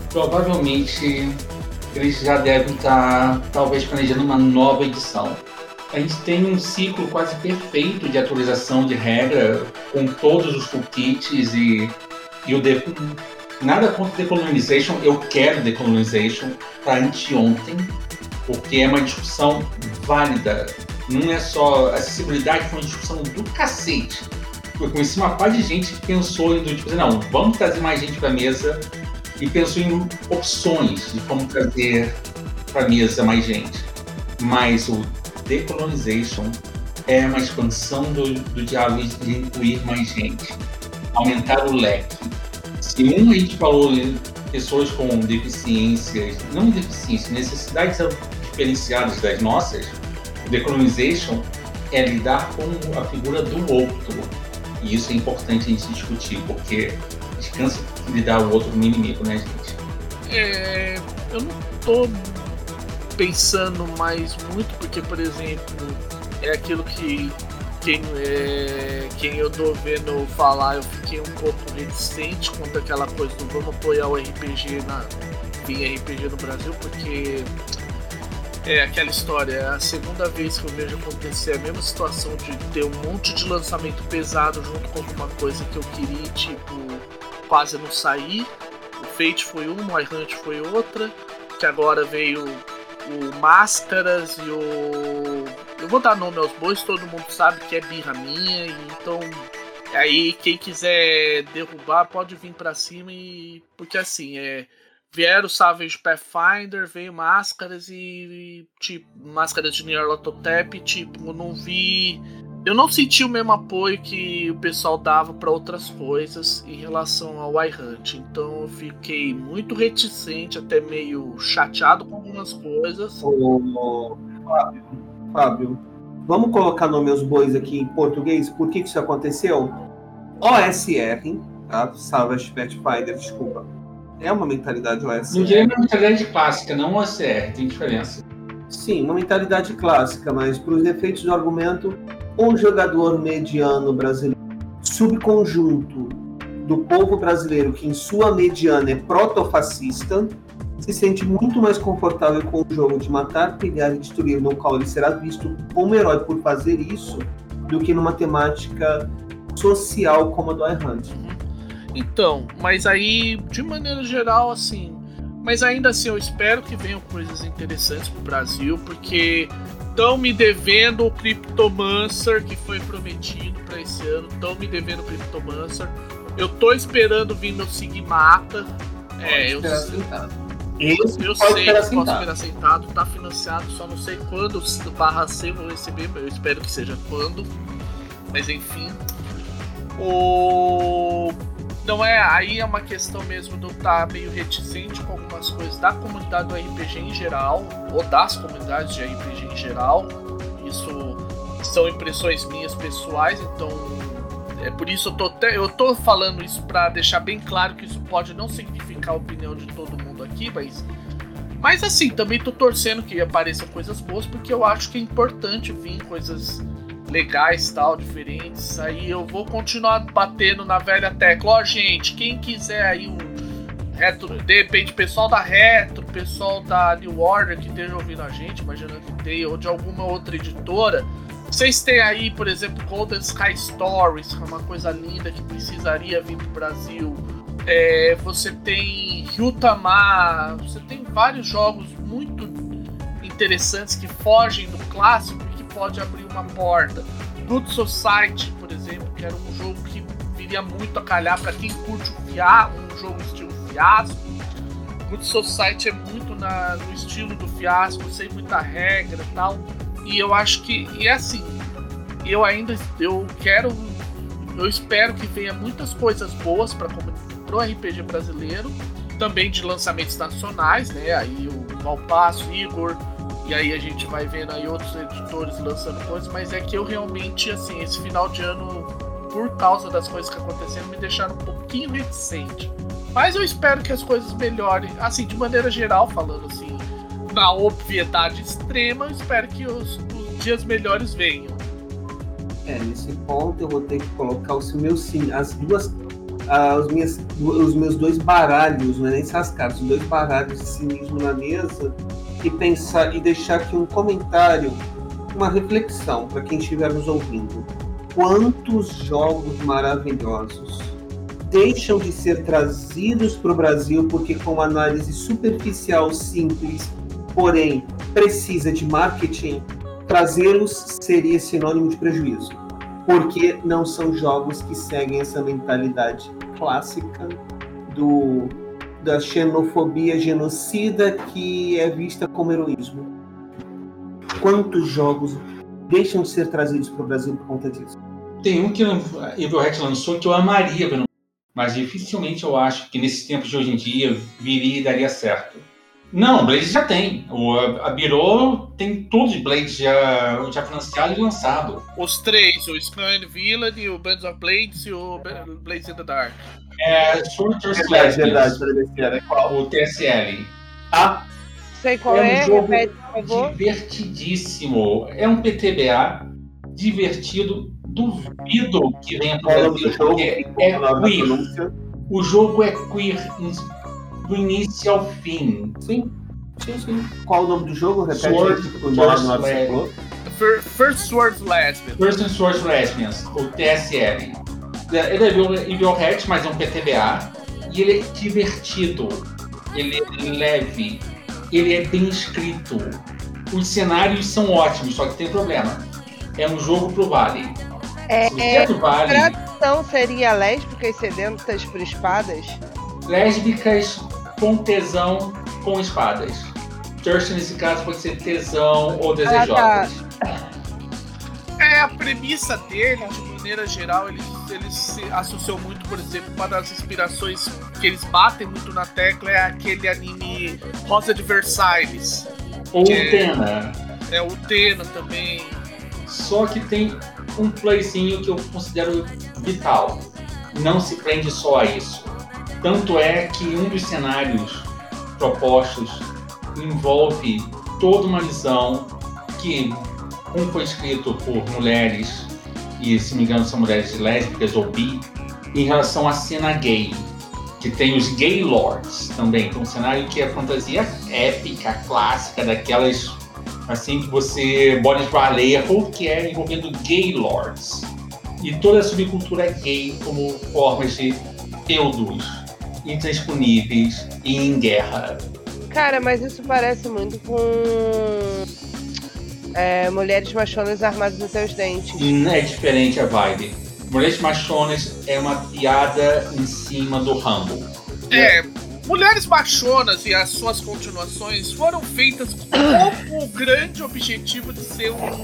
provavelmente eles já devem estar, talvez, planejando uma nova edição. A gente tem um ciclo quase perfeito de atualização de regra, com todos os toolkits e, e o de, nada contra Decolonization, eu quero Decolonization para anteontem, porque é uma discussão válida. Não é só acessibilidade, foi uma discussão do cacete. Eu conheci uma par de gente que pensou em, tipo, não, vamos trazer mais gente para a mesa, e pensou em opções de como trazer para a mesa mais gente. Mas o Decolonization é uma expansão do, do diálogo de incluir mais gente, aumentar o leque. Se um a gente falou de pessoas com deficiências, não deficiências, necessidades diferenciadas das nossas, o Decolonization é lidar com a figura do outro. E isso é importante a gente discutir, porque a gente cansa de lidar o outro como inimigo, né, gente? É, eu não tô pensando mais muito, porque, por exemplo, é aquilo que quem, é, quem eu tô vendo falar, eu fiquei um pouco reticente quanto àquela coisa do vamos apoiar o R P G na vir R P G no Brasil, porque é aquela história, é a segunda vez que eu vejo acontecer a mesma situação de ter um monte de lançamento pesado junto com alguma coisa que eu queria, tipo, quase não sair. O Fate foi uma, o iHunt foi outra, que agora veio o Máscaras e o... Eu vou dar nome aos bois, todo mundo sabe que é birra minha, e então aí quem quiser derrubar pode vir pra cima, e porque assim, é... vieram o Savage Pathfinder, veio Máscaras e, tipo, Máscaras de Nyarlathotep, tipo, eu não vi... Eu não senti o mesmo apoio que o pessoal dava para outras coisas em relação ao iHunt. Então eu fiquei muito reticente, até meio chateado com algumas coisas. Ô, Fábio, Fábio, vamos colocar nome aos bois aqui em português? Por que, que isso aconteceu? O S R, tá? Savage Pathfinder, desculpa. É uma mentalidade O S R. No dia é uma mentalidade clássica, não O S R, tem diferença. Sim, uma mentalidade clássica, mas para os efeitos do argumento, um jogador mediano brasileiro, subconjunto do povo brasileiro, que em sua mediana é protofascista, se sente muito mais confortável com o jogo de matar, pegar e destruir, no qual ele será visto como herói por fazer isso, do que numa temática social como a do iHunt. Então, mas aí, de maneira geral, assim... Mas ainda assim, eu espero que venham coisas interessantes pro Brasil, porque estão me devendo o Cryptomancer, que foi prometido para esse ano. Estão me devendo o Cryptomancer. Eu tô esperando vir meu Sigmata. É, eu, eu, eu sei que posso esperar sentado. Tá financiado, só não sei quando o barra C eu vou receber. Eu espero que seja quando. Mas enfim. O... Então é, aí é uma questão mesmo de eu estar meio reticente com algumas coisas da comunidade do R P G em geral, ou das comunidades de R P G em geral. Isso são impressões minhas pessoais, então é por isso eu tô, te, eu tô falando isso para deixar bem claro que isso pode não significar a opinião de todo mundo aqui, mas, mas assim, também tô torcendo que apareçam coisas boas, porque eu acho que é importante vir coisas legais, tal, diferentes. Aí eu vou continuar batendo na velha tecla. Ó, gente, quem quiser aí um retro, de repente pessoal da Retro, pessoal da New Order que esteja ouvindo a gente, imaginando que tem, ou de alguma outra editora, vocês têm aí, por exemplo, Golden Sky Stories, que é uma coisa linda que precisaria vir pro Brasil. É, você tem Ryutama, você tem vários jogos muito interessantes que fogem do clássico, pode abrir uma porta. Blood Society, por exemplo, que era um jogo que viria muito a calhar para quem curte o fiasco, um jogo estilo fiasco. Blood Society é muito na, no estilo do fiasco, sem muita regra e tal. E eu acho que, e é assim, eu ainda, eu quero, eu espero que venha muitas coisas boas para o R P G brasileiro, também de lançamentos nacionais, né? Aí o Valpasso, Igor. E aí a gente vai vendo aí outros editores lançando coisas, mas é que eu realmente, assim, esse final de ano, por causa das coisas que aconteceram, me deixaram um pouquinho reticente. Mas eu espero que as coisas melhorem, assim, de maneira geral, falando assim, na obviedade extrema, eu espero que os, os dias melhores venham. É, nesse ponto eu vou ter que colocar o meu sim, as duas, ah, os, minhas, os meus dois baralhos, não é nem essas cartas, os dois baralhos de cinismo na mesa e pensar e deixar aqui um comentário, uma reflexão para quem estiver nos ouvindo. Quantos jogos maravilhosos deixam de ser trazidos para o Brasil porque com uma análise superficial, simples, porém precisa de marketing, trazê-los seria sinônimo de prejuízo, porque não são jogos que seguem essa mentalidade clássica do, da xenofobia genocida que é vista como heroísmo. Quantos jogos deixam de ser trazidos para o Brasil por conta disso? Tem um que o Evil Hat lançou que eu amaria ver, mas dificilmente eu acho que nesses tempos de hoje em dia viria e daria certo. Não, Blade já tem. O, a Biro tem todos os Blades já, já financiado e lançado. Os três, o Sky Villain, o Bands of Blades e o Blades in the Dark. É, Shorter Verdade, verdade, verdade. Qual? O T S L. Ah, Sei qual é. é, Um jogo repete, por favor. divertidíssimo. É um P T B A divertido. Duvido que venha para o Brasil, porque é queer. O jogo é queer do início ao fim. Sim, sim, sim. Qual o nome do jogo? Repete Sword, o nome. First Sword Lesbians. First Sword Lesbians, o T S L. Ele é Evil Hat, mas é um P T B A. E ele é divertido. Ele é leve. Ele é bem escrito. Os cenários são ótimos, só que tem problema. É um jogo pro Vale. É, é, vale, a tradução seria lésbicas sedentas por espadas? Lésbicas com tesão com espadas. Thirst, nesse caso, pode ser tesão ou desejosas. Ah, tá. É, a premissa dele, de maneira geral, ele, ele se associou muito, por exemplo, uma das inspirações que eles batem muito na tecla é aquele anime Rosa de Versailles. Ou Utena. É, é o Utena também. Só que tem um playzinho que eu considero vital. Não se prende só a isso. Tanto é que um dos cenários propostos envolve toda uma visão que um foi escrito por mulheres, e se não me engano são mulheres lésbicas ou bi, em relação à cena gay, que tem os gay lords também. Então um cenário que é fantasia épica, clássica, daquelas assim que você Boris Vallejo, que é envolvendo gay lords. E toda a subcultura gay como formas de feudos intransponíveis e em guerra. Cara, mas isso parece muito com é, mulheres machonas armadas nos seus dentes. É diferente a vibe. Mulheres machonas é uma piada em cima do Rambo. É, Mulheres Machonas e as suas continuações foram feitas com o grande objetivo de ser um,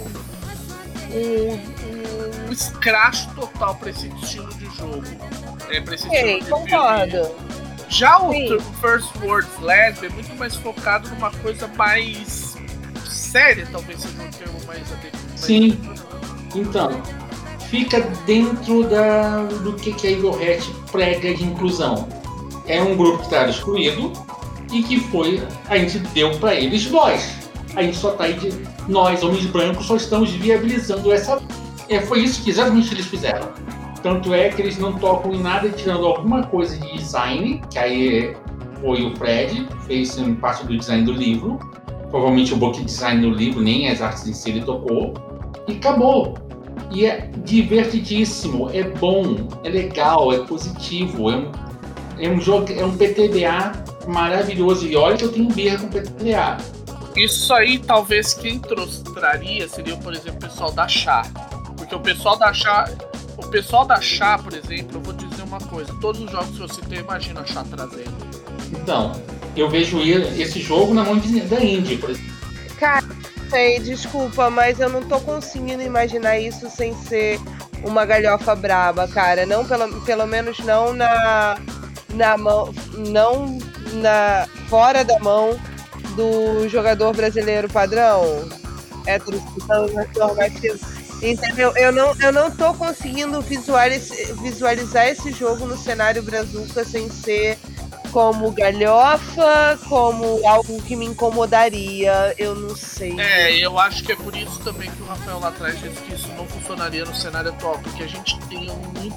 um, um escracho total para esse estilo de jogo. É, pra esse Sim, estilo de concordo. filme. Já o Sim. First World Lesbian é muito mais focado numa coisa mais séria, talvez seja um termo mais adequado. Sim, então, fica dentro da, do que, que a Evil Hat prega de inclusão. É um grupo que estava excluído e que foi, a gente deu para eles voz. A gente só está aí de nós, homens brancos, só estamos viabilizando essa. É, foi isso que exatamente eles fizeram. Tanto é que eles não tocam em nada, tirando alguma coisa de design, que aí foi o Fred, fez parte do design do livro. Provavelmente o book design do livro, nem as artes em si ele tocou. E acabou. E é divertidíssimo, é bom, é legal, é positivo, é um, é um jogo, é um P T B A maravilhoso. E olha que eu tenho birra com P T B A. Isso aí, talvez quem traria seria, por exemplo, o pessoal da Chá. Porque o pessoal da Chá, o pessoal da Chá, por exemplo, eu vou dizer uma coisa: todos os jogos que eu citei, imagina a Chá trazendo. Então, eu vejo esse jogo na mão de, da Indie, por exemplo. Cara, sei, desculpa, mas eu não tô conseguindo imaginar isso sem ser uma galhofa braba, cara. Não, pelo, pelo menos não na, na mão, não na, fora da mão do jogador brasileiro padrão, heterossexual, normativo. Entendeu? Eu não, eu não tô conseguindo visualizar, visualizar esse jogo no cenário brazuca sem ser como galhofa, como algo que me incomodaria, eu não sei. É, eu acho que é por isso também que o Rafael lá atrás disse que isso não funcionaria no cenário atual, porque a gente tem um,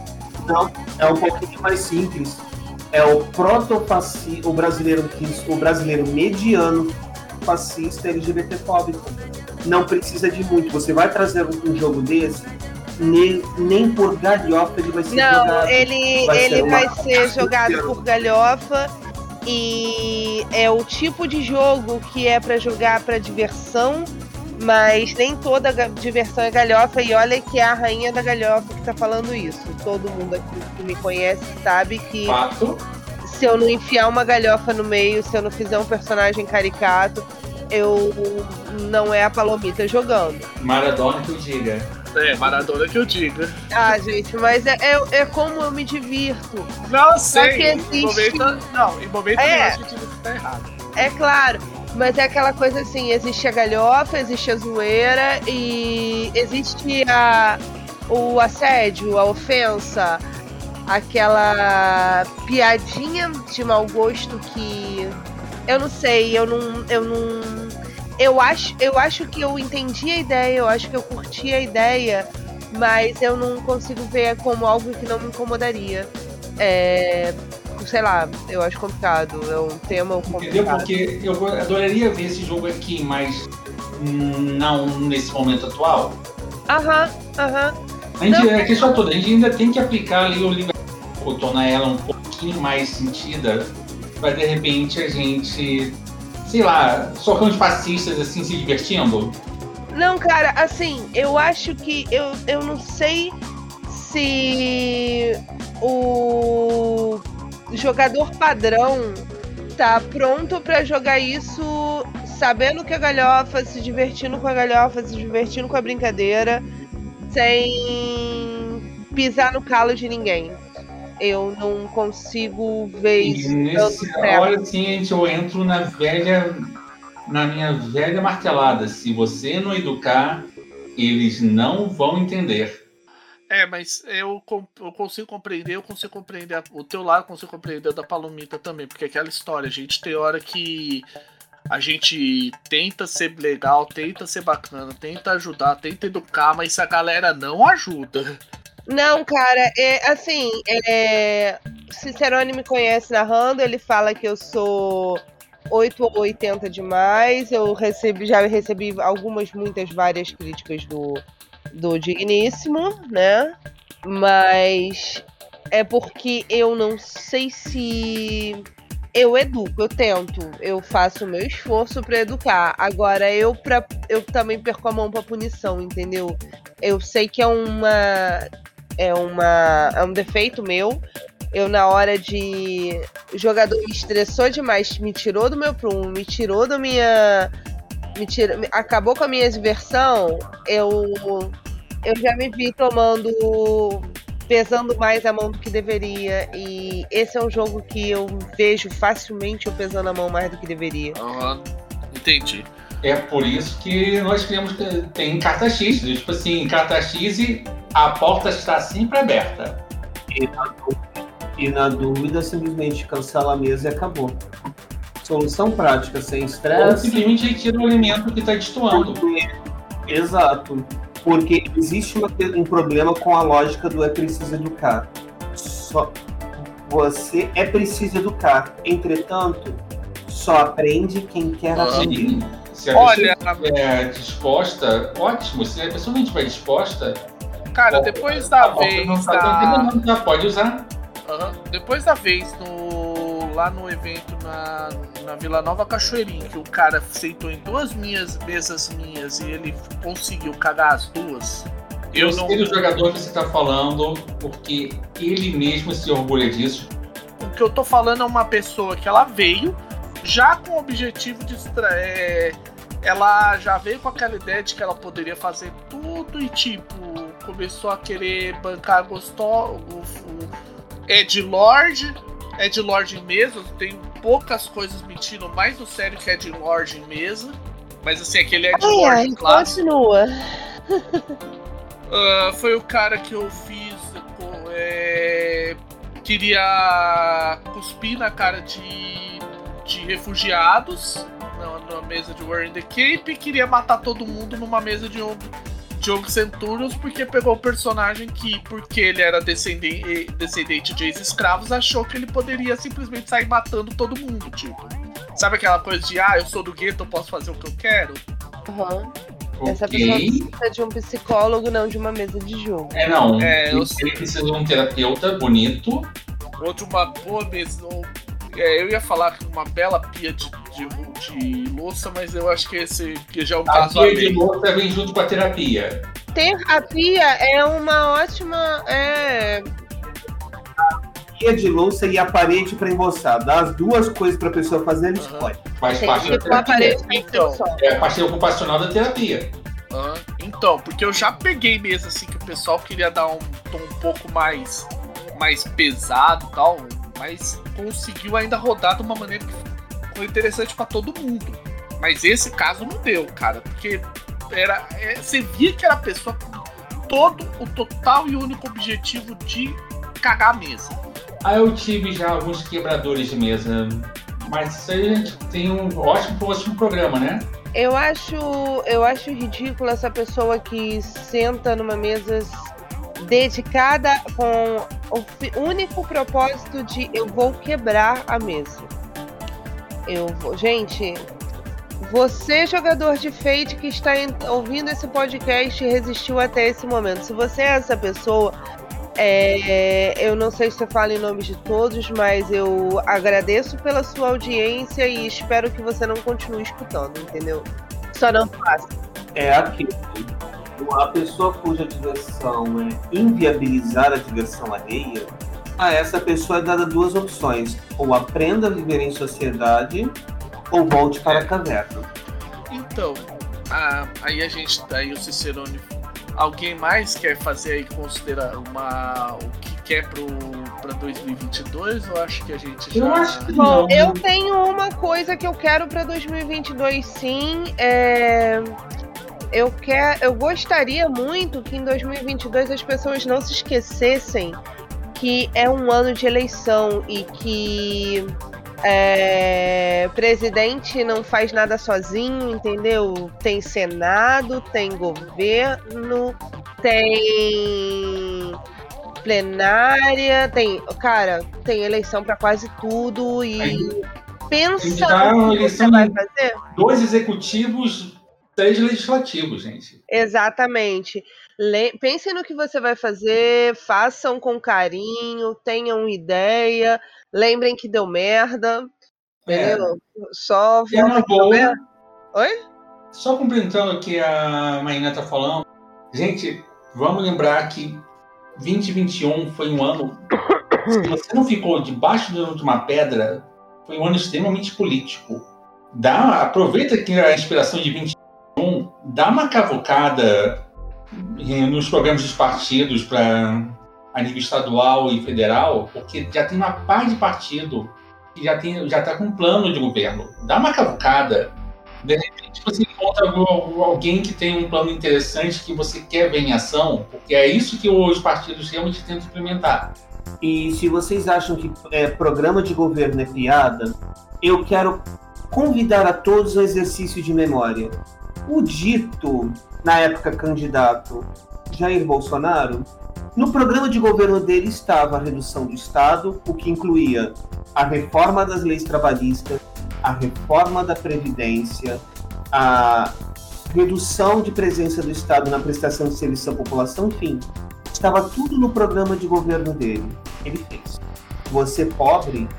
Não, é um pouquinho mais simples. É o protofascista, o brasileiro, o brasileiro mediano fascista L G B T fóbico. Não precisa de muito. Você vai trazer um jogo desse, nem, nem por galhofa ele vai ser Não, jogado. Não, ele vai ele ser vai uma... ser jogado por galhofa e é o tipo de jogo que é pra jogar pra diversão, mas nem toda diversão é galhofa, e olha que é a rainha da galhofa que tá falando isso. Todo mundo aqui que me conhece sabe que Fato. Se eu não enfiar uma galhofa no meio, se eu não fizer um personagem caricato, eu não é a Palomita jogando. Maradona que eu diga. É, Maradona que eu diga. Ah, gente, mas é, é, é como eu me divirto. Não Só sei. que existe... Em momento, não, em momento É. nenhum a gente diz que tá errado. É claro, mas é aquela coisa assim, existe a galhofa, existe a zoeira e existe a, o assédio, a ofensa, aquela piadinha de mau gosto que eu não sei, eu não, eu não, eu acho, eu acho que eu entendi a ideia, eu acho que eu curti a ideia, mas eu não consigo ver como algo que não me incomodaria. É, sei lá, eu acho complicado, é um tema complicado. Entendeu? Porque eu adoraria ver esse jogo aqui, mas não nesse momento atual. Aham, aham. A gente, Não. é a questão toda, a gente ainda tem que aplicar ali o livro, tornar ela um pouquinho mais sentida, para de repente a gente, sei lá, socando fascistas assim, se divertindo. Não, cara, assim, eu acho que eu, eu não sei se o jogador padrão tá pronto pra jogar isso sabendo que a galhofa, se divertindo com a galhofa, se divertindo com a brincadeira, sem pisar no calo de ninguém. Eu não consigo ver E isso. nesse hora sim a gente, eu entro na velha, na minha velha martelada. Se você não educar, eles não vão entender. É, mas eu, eu consigo compreender, eu consigo compreender o teu lado, eu consigo compreender da Palomita também, porque aquela história, a gente tem hora que a gente tenta ser legal, tenta ser bacana, tenta ajudar, tenta educar, mas se a galera não ajuda. Não, cara, é assim, é, Cicerone me conhece narrando, ele fala que eu sou oito ou oitenta demais, eu recebi, já recebi algumas, muitas, várias críticas do do Digníssimo, né? Mas é porque eu não sei se eu educo, eu tento, eu faço o meu esforço pra educar. Agora eu pra, eu também perco a mão pra punição, entendeu? Eu sei que é uma é uma é um defeito meu. Eu, na hora de o jogador me estressou demais, me tirou do meu prumo, me tirou da minha Me tira, acabou com a minha diversão, eu, eu já me vi tomando, pesando mais a mão do que deveria, e esse é um jogo que eu vejo facilmente eu pesando a mão mais do que deveria. Uhum. Entendi. É por isso que nós criamos, tem carta X, tipo assim, carta X e a porta está sempre aberta. E na, e na dúvida, simplesmente cancela a mesa e acabou. Solução prática, sem Ou estresse. simplesmente retira o alimento que está destoando. Exato. Porque existe uma, um problema com a lógica do é preciso educar. Só, você é preciso educar. Entretanto, só aprende quem quer aprender. Se a Olha, pessoa estiver disposta, ótimo. Se a pessoa não estiver disposta... Cara, depois da vez não da... tá, não, já pode usar. Uhum. Depois da vez no... lá no evento na... na Vila Nova Cachoeirinha, que o cara sentou em duas minhas mesas minhas e ele conseguiu cagar as duas. Eu, Eu sei não... do jogador que você tá falando, porque ele mesmo se orgulha disso. O que eu tô falando é uma pessoa que ela veio já com o objetivo de é, ela já veio com aquela ideia de que ela poderia fazer tudo e tipo começou a querer bancar gostoso o, o Edlord Edlord em mesa. Tem poucas coisas mentindo mais do sério que Edlord em mesa, mas assim, aquele Edlord clássico. Continua. Uh, foi o cara que eu fiz é, queria cuspir na cara de de refugiados na, na mesa de War in the Cape, e queria matar todo mundo numa mesa de, Diogo Centurions porque pegou o personagem que, porque ele era descendente, descendente de ex-escravos, achou que ele poderia simplesmente sair matando todo mundo, tipo. Sabe aquela coisa de, ah, eu sou do gueto, eu posso fazer o que eu quero? Uhum. Okay. Essa pessoa precisa de um psicólogo, não de uma mesa de jogo. É, não. É, eu... Ele precisa de um terapeuta bonito. Ou de uma boa mesa. Ou... É, eu ia falar uma bela pia de, de, de louça, mas eu acho que esse que já é o a caso. A pia de louça vem junto com a terapia. Terapia é uma ótima. É... Pia de louça e a parede para emboçar. Dá as duas coisas para a pessoa fazer, ele escolhe. Uhum. Faz Tem parte da terapia. Então, é a parte ocupacional da terapia. Uhum. Então, porque eu já peguei mesa assim que o pessoal queria dar um tom um pouco mais, mais pesado e tal, mas conseguiu ainda rodar de uma maneira que foi interessante para todo mundo. Mas esse caso não deu, cara, porque era, é, você via que era a pessoa com todo o total e único objetivo de cagar a mesa. Ah, eu tive já alguns quebradores de mesa, mas isso aí a gente tem um ótimo próximo programa, né? Eu acho, eu acho ridículo essa pessoa que senta numa mesa dedicada com o único propósito de eu vou quebrar a mesa. Eu vou, gente, você jogador de Fate que está ouvindo esse podcast e resistiu até esse momento, se você é essa pessoa, é, eu não sei se você fala em nome de todos, mas eu agradeço pela sua audiência e espero que você não continue escutando, entendeu? Só não faça. É aquilo. A pessoa cuja diversão é inviabilizar a diversão alheia, a essa pessoa é dada duas opções: ou aprenda a viver em sociedade, ou volte para a caverna. Então, a, aí a gente, aí o Cicerone, alguém mais quer fazer aí, considerar uma, o que quer para dois mil e vinte e dois, ou acho que a gente já... Eu acho que Bom, não. eu tenho uma coisa que eu quero para dois mil e vinte e dois, sim, é... Eu, quer, eu gostaria muito que em dois mil e vinte e dois as pessoas não se esquecessem que é um ano de eleição e que é, presidente não faz nada sozinho, entendeu? Tem Senado, tem governo, tem plenária, tem, cara, tem eleição para quase tudo e Aí, pensa no que você vai fazer. Dois executivos, três legislativos, gente. Exatamente. Le- Pense no que você vai fazer, façam com carinho, tenham ideia, lembrem que deu merda, É. entendeu? Só É uma boa. Oi? Só complementando o que a Marina tá falando, gente, vamos lembrar que vinte e vinte e um foi um ano, se você não ficou debaixo de uma pedra, foi um ano extremamente político. Dá, aproveita que a inspiração de vinte e um, dá uma cavocada nos programas dos partidos para a nível estadual e federal, porque já tem uma par de partido que já tem, já está com um plano de governo. Dá uma cavucada. De repente você encontra alguém que tem um plano interessante que você quer ver em ação, porque é isso que os partidos realmente tentam implementar. E se vocês acham que é, programa de governo é piada, eu quero convidar a todos ao exercício de memória. O dito, na época candidato Jair Bolsonaro, no programa de governo dele estava a redução do Estado, o que incluía a reforma das leis trabalhistas, a reforma da Previdência, a redução de presença do Estado na prestação de serviço à população, enfim, estava tudo no programa de governo dele. Ele fez. Você pobre,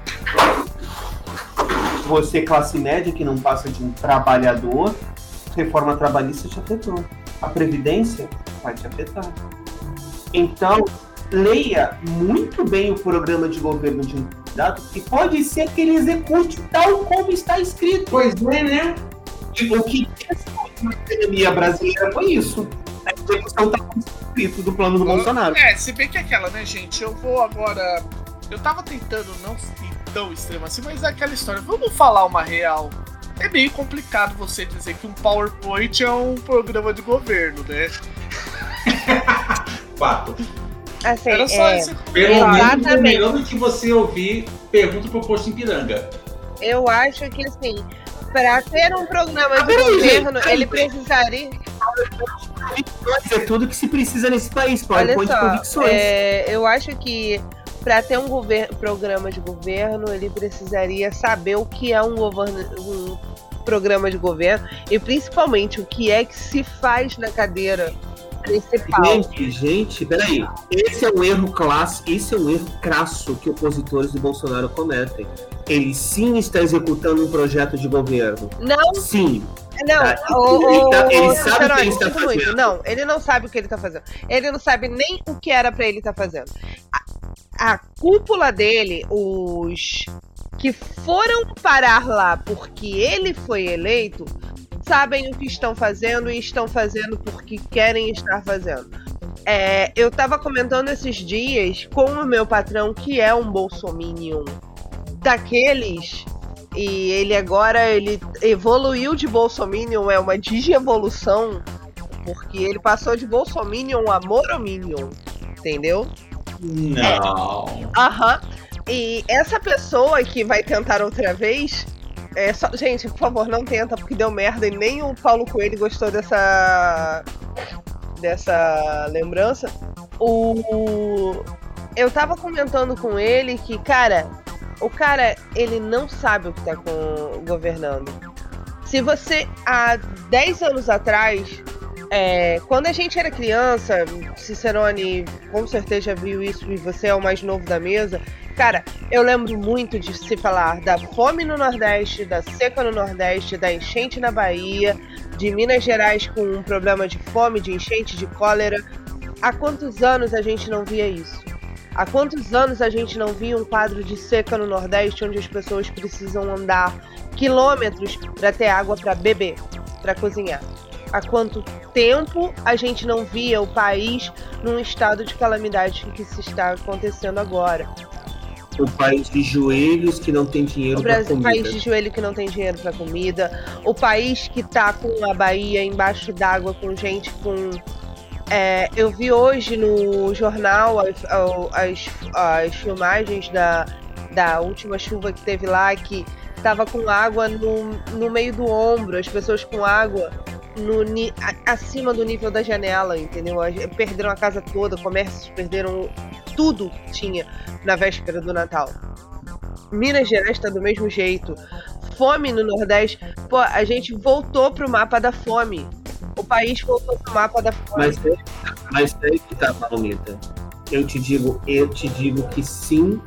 você classe média que não passa de um trabalhador, reforma trabalhista te afetou. A Previdência vai te afetar. Então, leia muito bem o programa de governo de um candidato, que pode ser que ele execute tal como está escrito. Pois é, né? E o que na economia brasileira foi isso. A execução está escrito do plano do Bolsonaro. É, se bem que é aquela, né, gente? Eu vou agora... Eu tava tentando não ir tão extremo assim, mas é aquela história. Vamos falar uma real. É meio complicado você dizer que um PowerPoint é um programa de governo, né? Fato. Assim, Era só é, esse... Pelo menos é Exatamente. melhor do que você ouvir pergunta pro posto em Piranga. eu acho que assim, para ter um programa de Peraí, governo, gente, ele precisaria. convicções é tudo que se precisa nesse país. PowerPoint de convicções. É, eu acho que para ter um governo, programa de governo, ele precisaria saber o que é um, governo, um programa de governo e principalmente o que é que se faz na cadeira principal. Gente, gente, peraí. Esse é um erro clássico, esse é um erro crasso que opositores do Bolsonaro cometem. Ele sim está executando um projeto de governo. Não. Sim. Não, Ah, o, ele, tá, ele o, sabe o que ele está fazendo. muito. Não, ele não sabe o que ele está fazendo. Ele não sabe nem o que era para ele estar tá fazendo. A, a cúpula dele, os que foram parar lá porque ele foi eleito, sabem o que estão fazendo e estão fazendo porque querem estar fazendo. É, eu estava comentando esses dias com o meu patrão, que é um bolsominion daqueles, e ele agora ele evoluiu de bolsominion, é uma digievolução, porque ele passou de bolsominion a morominion, entendeu? Não. Aham. É. E essa pessoa que vai tentar outra vez, é só, gente, por favor, não tenta, porque deu merda e nem o Paulo Coelho gostou dessa dessa lembrança. O eu tava comentando com ele que, cara, o cara, ele não sabe o que tá com, governando. Se você, há dez anos atrás, é, quando a gente era criança, Cicerone com certeza já viu isso e você é o mais novo da mesa, cara, eu lembro muito de se falar da fome no Nordeste, da seca no Nordeste, da enchente na Bahia, de Minas Gerais com um problema de fome, de enchente, de cólera. Há quantos anos a gente não via isso? Há quantos anos a gente não via um quadro de seca no Nordeste onde as pessoas precisam andar quilômetros para ter água para beber, para cozinhar? Há quanto tempo a gente não via o país num estado de calamidade que se está acontecendo agora? O país de joelhos que não tem dinheiro para comida. O país de joelho que não tem dinheiro para comida. O país que tá com a Bahia embaixo d'água, com gente com... É, eu vi hoje no jornal as, as, as filmagens da, da última chuva que teve lá, que tava com água no, no meio do ombro, as pessoas com água no, acima do nível da janela, entendeu? Perderam a casa toda, comércios perderam tudo que tinha na véspera do Natal. Minas Gerais tá do mesmo jeito. Fome no Nordeste. Pô, a gente voltou pro mapa da fome. O país voltou pro mapa da fome. Mas, mas é que tá, Palomita. Eu te digo, eu te digo que sim.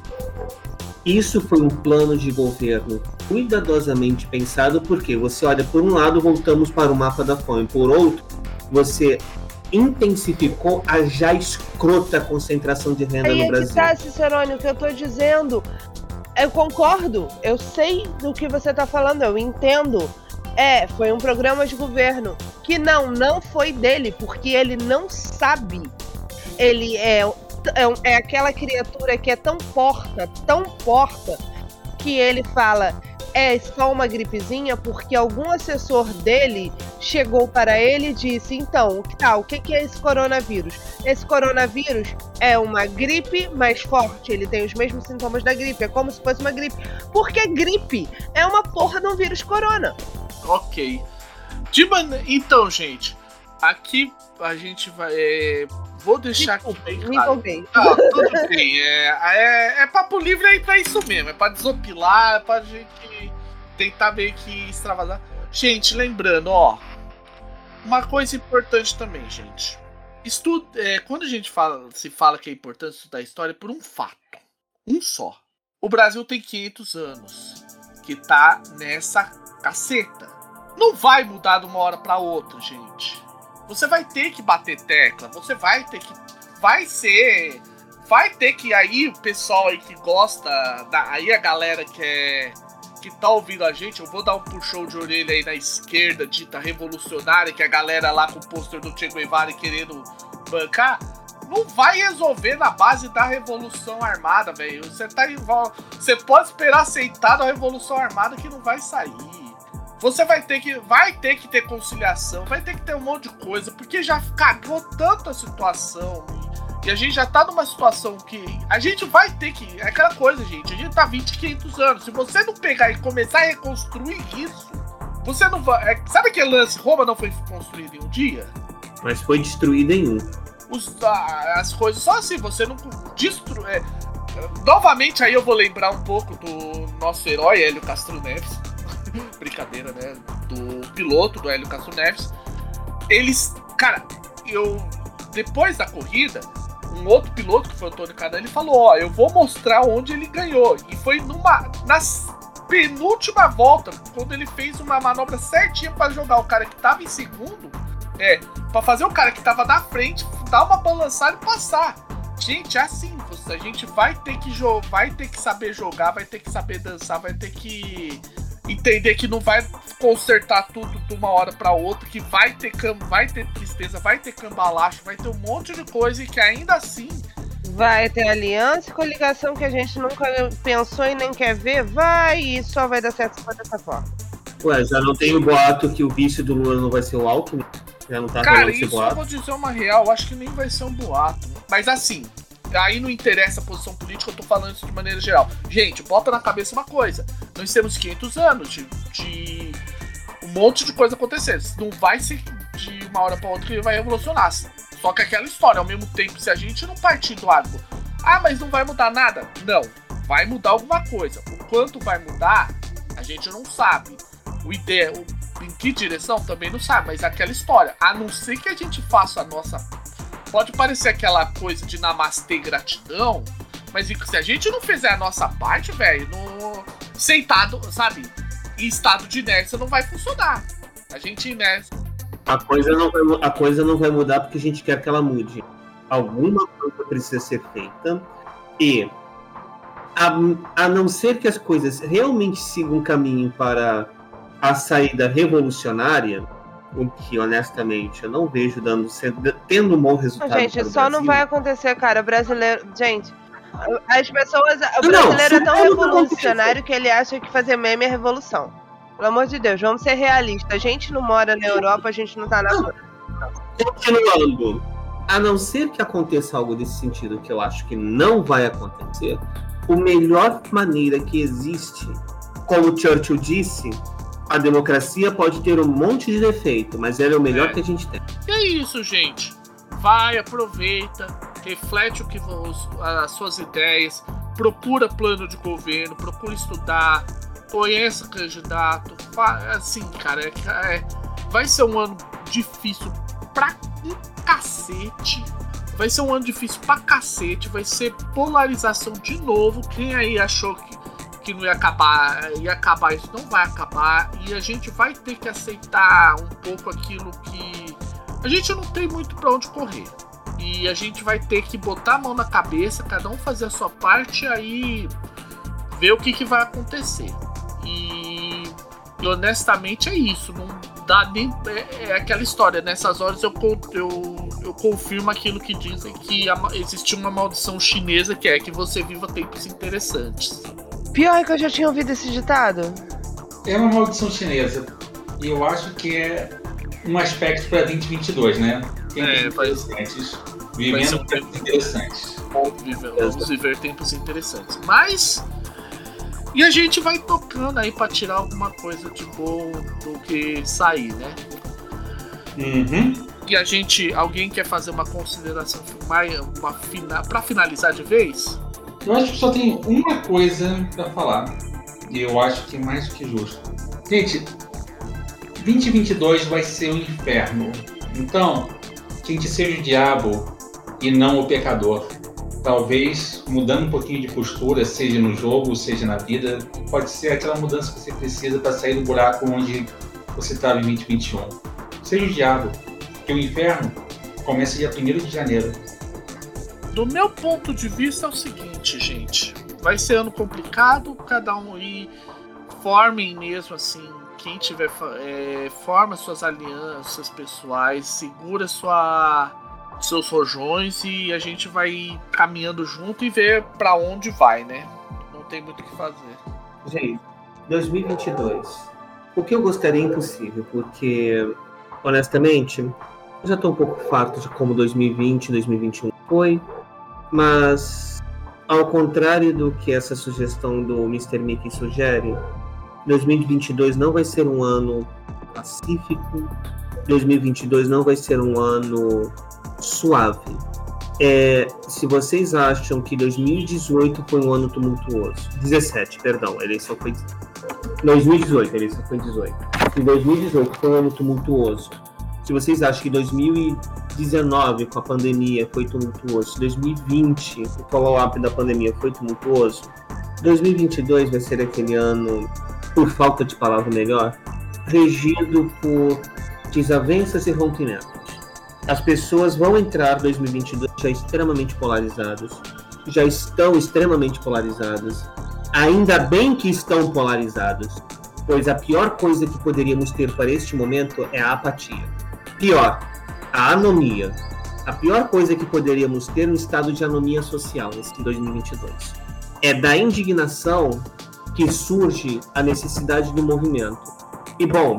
Isso foi um plano de governo cuidadosamente pensado, porque você olha, por um lado, voltamos para o mapa da fome, por outro, você intensificou a já escrota concentração de renda aí no é Brasil. Que tá, Cicerone, o que eu tô dizendo, eu concordo, eu sei do que você tá falando, eu entendo. É, foi um programa de governo que não, não foi dele, porque ele não sabe. Ele é, é, é aquela criatura que é tão porca, tão porca, que ele fala, é só uma gripezinha, porque algum assessor dele chegou para ele e disse, então, o que tá, o que é esse coronavírus? Esse coronavírus é uma gripe mais forte, ele tem os mesmos sintomas da gripe, é como se fosse uma gripe, porque gripe é uma porra de um vírus corona. Ok. De man... Então, gente, aqui a gente vai... É... Vou deixar Desculpa, aqui bem me claro. envolvei. Ah, tudo bem. É, é, é papo livre aí pra isso mesmo. É pra desopilar, é pra gente tentar meio que extravasar. Gente, lembrando, ó. Uma coisa importante também, gente. Estudo, é, quando a gente fala, se fala que é importante estudar história, é por um fato. Um só. O Brasil tem quinhentos anos. Que tá nessa caceta. Não vai mudar de uma hora pra outra, gente. Você vai ter que bater tecla, você vai ter que... Vai ser... Vai ter que... Aí o pessoal aí que gosta... Da, aí a galera que é... Que tá ouvindo a gente, eu vou dar um puxão de orelha aí na esquerda, dita revolucionária, que a galera lá com o pôster do Che Guevara querendo bancar, não vai resolver na base da Revolução Armada, velho. Você tá igual... Você pode esperar sentado a Revolução Armada que não vai sair. Você vai ter que vai ter que ter conciliação, vai ter que ter um monte de coisa, porque já cagou tanto a situação. E a gente já tá numa situação que a gente vai ter que... É aquela coisa, gente, a gente tá vinte, quinhentos anos. Se você não pegar e começar a reconstruir isso, você não vai... É, sabe aquele lance, Roma não foi construída em um dia? Mas foi destruída em um. Os, as coisas, só assim, você não destrui... É, novamente, aí eu vou lembrar um pouco do nosso herói, Hélio Castro Neves. Brincadeira, né? Do piloto do Hélio Castro Neves. Eles, cara, eu... Depois da corrida, um outro piloto, que foi o Antônio Canan, ele falou, ó, eu vou mostrar onde ele ganhou. E foi numa... Nas penúltima volta, quando ele fez uma manobra certinha pra jogar o cara que tava em segundo, é, pra fazer o cara que tava na frente dar uma balançada e passar. Gente, é assim, a gente vai ter que jogar, vai ter que saber jogar, vai ter que saber dançar, vai ter que entender que não vai consertar tudo de uma hora pra outra, que vai ter, vai ter tristeza, vai ter cambalacho, vai ter um monte de coisa e que ainda assim... Vai ter aliança e coligação que a gente nunca pensou e nem quer ver, vai e só vai dar certo só dessa forma. Ué, já não tem o boato que o vice do Lula não vai ser o Alckmin? Já não tá Cara, esse isso boato? eu vou dizer uma real, acho que nem vai ser um boato. Mas assim, aí não interessa a posição política, eu tô falando isso de maneira geral. Gente, bota na cabeça uma coisa, nós temos quinhentos anos de, de um monte de coisa acontecendo. Não vai ser de uma hora pra outra que vai revolucionar. Só que aquela história, ao mesmo tempo, se a gente não partir do água, ah, mas não vai mudar nada? Não, vai mudar alguma coisa. O quanto vai mudar, a gente não sabe. O ideia, o, em que direção, também não sabe. Mas aquela história, a não ser que a gente faça a nossa... Pode parecer aquela coisa de namastê gratidão, mas se a gente não fizer a nossa parte, velho, no... sentado, sabe, em estado de inércia não vai funcionar. A gente inércia. A coisa, não vai, a coisa não vai mudar porque a gente quer que ela mude. Alguma coisa precisa ser feita e a, a não ser que as coisas realmente sigam um caminho para a saída revolucionária, o que honestamente eu não vejo dando, tendo um bom resultado. Gente, para o só Brasil. Não vai acontecer, cara. O brasileiro. Gente, as pessoas. O Não, brasileiro é tão não revolucionário que ele acha que fazer meme é revolução. Pelo amor de Deus, vamos ser realistas. A gente não mora na Europa, a gente não tá na. Continuando, a não ser que aconteça algo desse sentido, que eu acho que não vai acontecer, a melhor maneira que existe, como Churchill disse, a democracia pode ter um monte de defeito, mas ela é o melhor é. que a gente tem. E é isso, gente. Vai, aproveita, reflete o que os, as suas ideias, procura plano de governo, procura estudar, conheça candidato. Assim, cara, é, é, vai ser um ano difícil pra um cacete. Vai ser um ano difícil pra cacete. Vai ser polarização de novo. Quem aí achou que, que não ia acabar, ia acabar, isso não vai acabar. E a gente vai ter que aceitar um pouco aquilo que a gente não tem muito pra onde correr. E a gente vai ter que botar a mão na cabeça, cada um fazer a sua parte, aí ver o que, que vai acontecer. E, e honestamente é isso. Não dá nem. É, é aquela história. Nessas horas eu, eu, eu confirmo aquilo que dizem, que a, existe uma maldição chinesa que é que você viva tempos interessantes. Pior é que eu já tinha ouvido esse ditado. É uma maldição chinesa. E eu acho que é um aspecto para vinte e vinte e dois, né? Tempos é, interessantes. Vivendo um tempos interessantes. Vamos viver tempos interessantes. Mas. E a gente vai tocando aí pra tirar alguma coisa de bom do que sair, né? Uhum. E a gente... Alguém quer fazer uma consideração mais, uma fina, pra finalizar de vez? Eu acho que só tem uma coisa pra falar. E eu acho que é mais do que justo. Gente, vinte e vinte e dois vai ser o inferno. Então, que a gente seja o diabo e não o pecador. Talvez mudando um pouquinho de postura, seja no jogo, seja na vida, pode ser aquela mudança que você precisa para sair do buraco onde você estava em vinte e vinte e um. Seja o diabo, porque o inferno começa dia primeiro de janeiro. Do meu ponto de vista é o seguinte, gente. Vai ser ano complicado, cada um aí formem mesmo assim, quem tiver, é, forma suas alianças pessoais, segura sua... seus rojões e a gente vai caminhando junto e ver pra onde vai, né? Não tem muito o que fazer. Gente, dois mil e vinte e dois. O que eu gostaria é impossível, porque, honestamente, eu já tô um pouco farto de como dois mil e vinte, dois mil e vinte e um foi, mas, ao contrário do que essa sugestão do mister Mickey sugere, dois mil e vinte e dois não vai ser um ano pacífico, dois mil e vinte e dois não vai ser um ano suave. É, se vocês acham que dois mil e dezoito foi um ano tumultuoso, dezessete, perdão, a eleição foi dois mil e dezoito, a eleição foi dezoito. Se dois mil e dezoito foi um ano tumultuoso, se vocês acham que dois mil e dezenove com a pandemia foi tumultuoso, se dois mil e vinte o follow-up da pandemia foi tumultuoso, dois mil e vinte e dois vai ser aquele ano, por falta de palavra melhor, regido por desavenças e rompimentos. As pessoas vão entrar em dois mil e vinte e dois já extremamente polarizadas, já estão extremamente polarizadas. Ainda bem que estão polarizadas, pois a pior coisa que poderíamos ter para este momento é a apatia. Pior, a anomia. A pior coisa que poderíamos ter no estado de anomia social nesse dois mil e vinte e dois. É da indignação que surge a necessidade do movimento. E bom,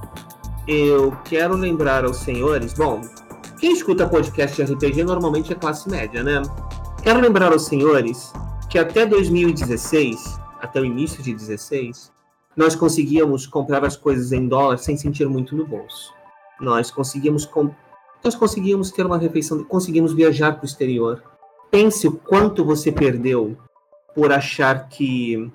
eu quero lembrar aos senhores, bom, quem escuta podcast de R P G normalmente é classe média, né? Quero lembrar aos senhores que até dois mil e dezesseis, até o início de dezesseis, nós conseguíamos comprar as coisas em dólar sem sentir muito no bolso. Nós conseguíamos, com... nós conseguíamos ter uma refeição, conseguimos viajar para o exterior. Pense o quanto você perdeu por achar que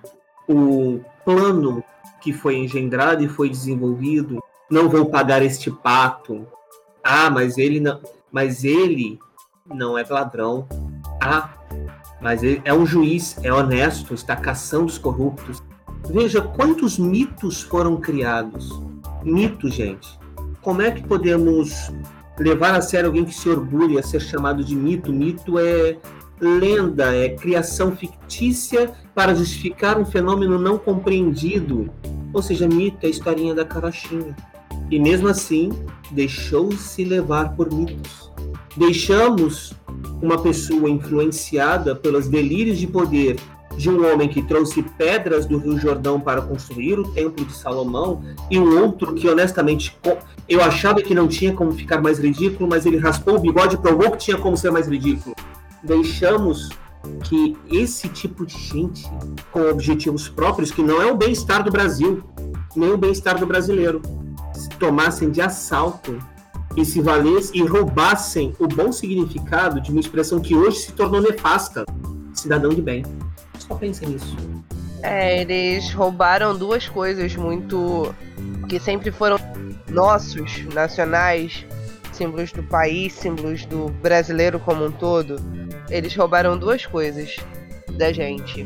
o plano que foi engendrado e foi desenvolvido, não vou pagar este pato. Ah, mas ele não, mas ele não é ladrão. Ah, mas ele é um juiz, é honesto, está caçando os corruptos. Veja quantos mitos foram criados. Mitos, gente. Como é que podemos levar a sério alguém que se orgulha a ser chamado de mito? Mito é lenda, é criação fictícia para justificar um fenômeno não compreendido. Ou seja, mito é a historinha da carochinha. E mesmo assim, deixou-se levar por mitos. Deixamos uma pessoa influenciada pelos delírios de poder de um homem que trouxe pedras do Rio Jordão para construir o Templo de Salomão, e um outro que, honestamente, eu achava que não tinha como ficar mais ridículo, mas ele raspou o bigode e provou que tinha como ser mais ridículo. Deixamos que esse tipo de gente, com objetivos próprios, que não é o bem-estar do Brasil, nem o bem-estar do brasileiro, se tomassem de assalto e se valessem e roubassem o bom significado de uma expressão que hoje se tornou nefasta: cidadão de bem. Só pensem nisso. É, eles roubaram duas coisas muito... que sempre foram nossos, nacionais, símbolos do país, símbolos do brasileiro como um todo. Eles roubaram duas coisas da gente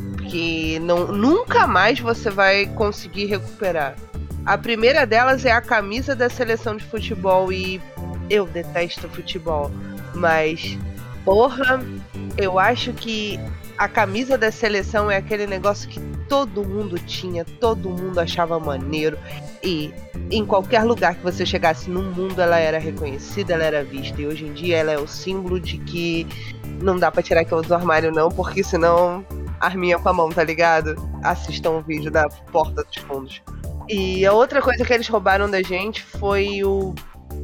que não, nunca mais você vai conseguir recuperar. A primeira delas é a camisa da seleção de futebol, e eu detesto futebol, mas porra, eu acho que a camisa da seleção é aquele negócio que todo mundo tinha, todo mundo achava maneiro, e em qualquer lugar que você chegasse no mundo ela era reconhecida, ela era vista, e hoje em dia ela é o símbolo de que não dá pra tirar aquilo do armário não, porque senão arminha com a mão, tá ligado? Assistam o vídeo da Porta dos Fundos. E a outra coisa que eles roubaram da gente foi o,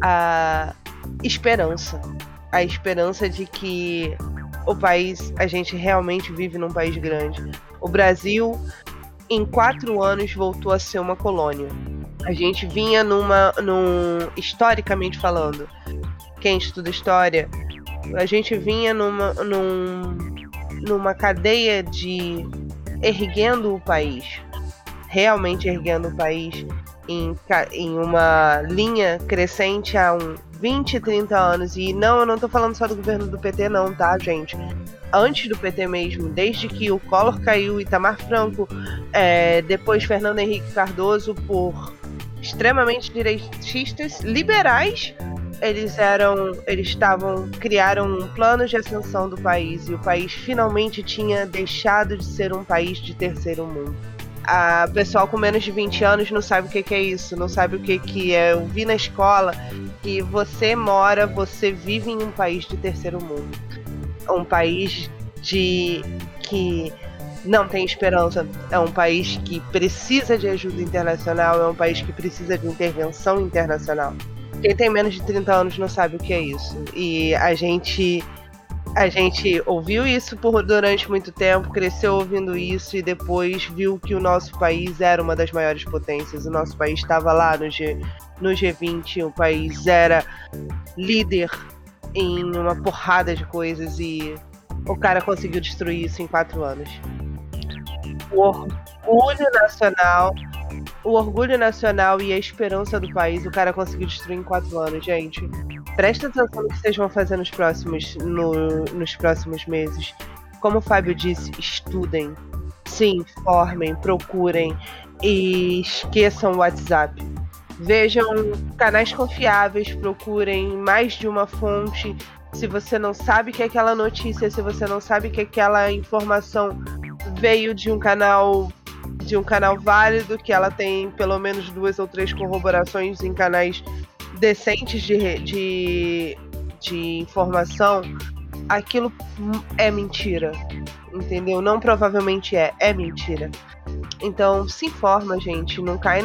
a esperança. A esperança de que o país, a gente realmente vive num país grande. O Brasil, em quatro anos, voltou a ser uma colônia. A gente vinha numa, num, historicamente falando, quem estuda história, a gente vinha numa, num, numa cadeia de erguendo o país. Realmente erguendo o país em, em uma linha crescente há uns vinte, trinta anos. E não, eu não tô falando só do governo do P T não, tá, gente? Antes do P T mesmo, desde que o Collor caiu, Itamar Franco, é, depois Fernando Henrique Cardoso, por extremamente direitistas, liberais, eles eram, eles estavam, criaram um plano de ascensão do país, e o país finalmente tinha deixado de ser um país de terceiro mundo. A pessoal com menos de vinte anos não sabe o que, que é isso, não sabe o que, que é. Eu vi na escola que você mora, você vive em um país de terceiro mundo. Um país de que não tem esperança, é um país que precisa de ajuda internacional, é um país que precisa de intervenção internacional. Quem tem menos de trinta anos não sabe o que é isso. E a gente... A gente ouviu isso por, durante muito tempo, cresceu ouvindo isso e depois viu que o nosso país era uma das maiores potências. O nosso país estava lá no, G, no G vinte, o país era líder em uma porrada de coisas e o cara conseguiu destruir isso em quatro anos. O orgulho nacional, o orgulho nacional e a esperança do país, o cara conseguiu destruir em quatro anos, gente. Presta atenção no que vocês vão fazer nos próximos, no, nos próximos meses. Como o Fábio disse, estudem, se informem, procurem e esqueçam o WhatsApp. Vejam canais confiáveis, procurem mais de uma fonte. Se você não sabe que aquela notícia, se você não sabe que aquela informação veio de um canal de um canal válido, que ela tem pelo menos duas ou três corroborações em canais decentes de, de, de informação, aquilo é mentira, entendeu? Não provavelmente é, é mentira. Então se informa, gente, não cai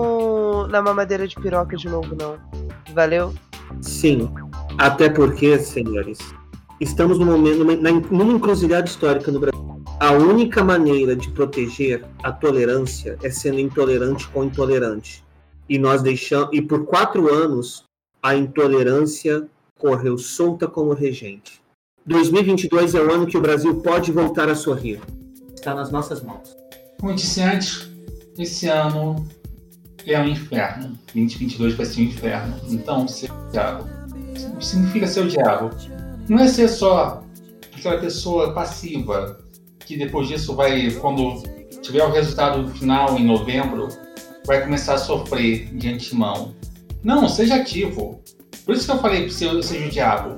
no, na mamadeira de piroca de novo, não. Valeu? Sim, até porque, senhores, estamos num momento, numa, numa encruzilhada histórica no Brasil. A única maneira de proteger a tolerância é sendo intolerante com intolerante. E nós deixamos, e por quatro anos a intolerância correu solta como regente. dois mil e vinte e dois é o ano que o Brasil pode voltar a sorrir. Está nas nossas mãos. Como eu disse antes, esse ano é um inferno. vinte e vinte e dois vai ser um inferno. Então, ser o diabo. O que significa ser o diabo? Não é ser só aquela pessoa passiva que depois disso vai, quando tiver o resultado final em novembro, vai começar a sofrer de antemão. Não, seja ativo. Por isso que eu falei que você seja o diabo.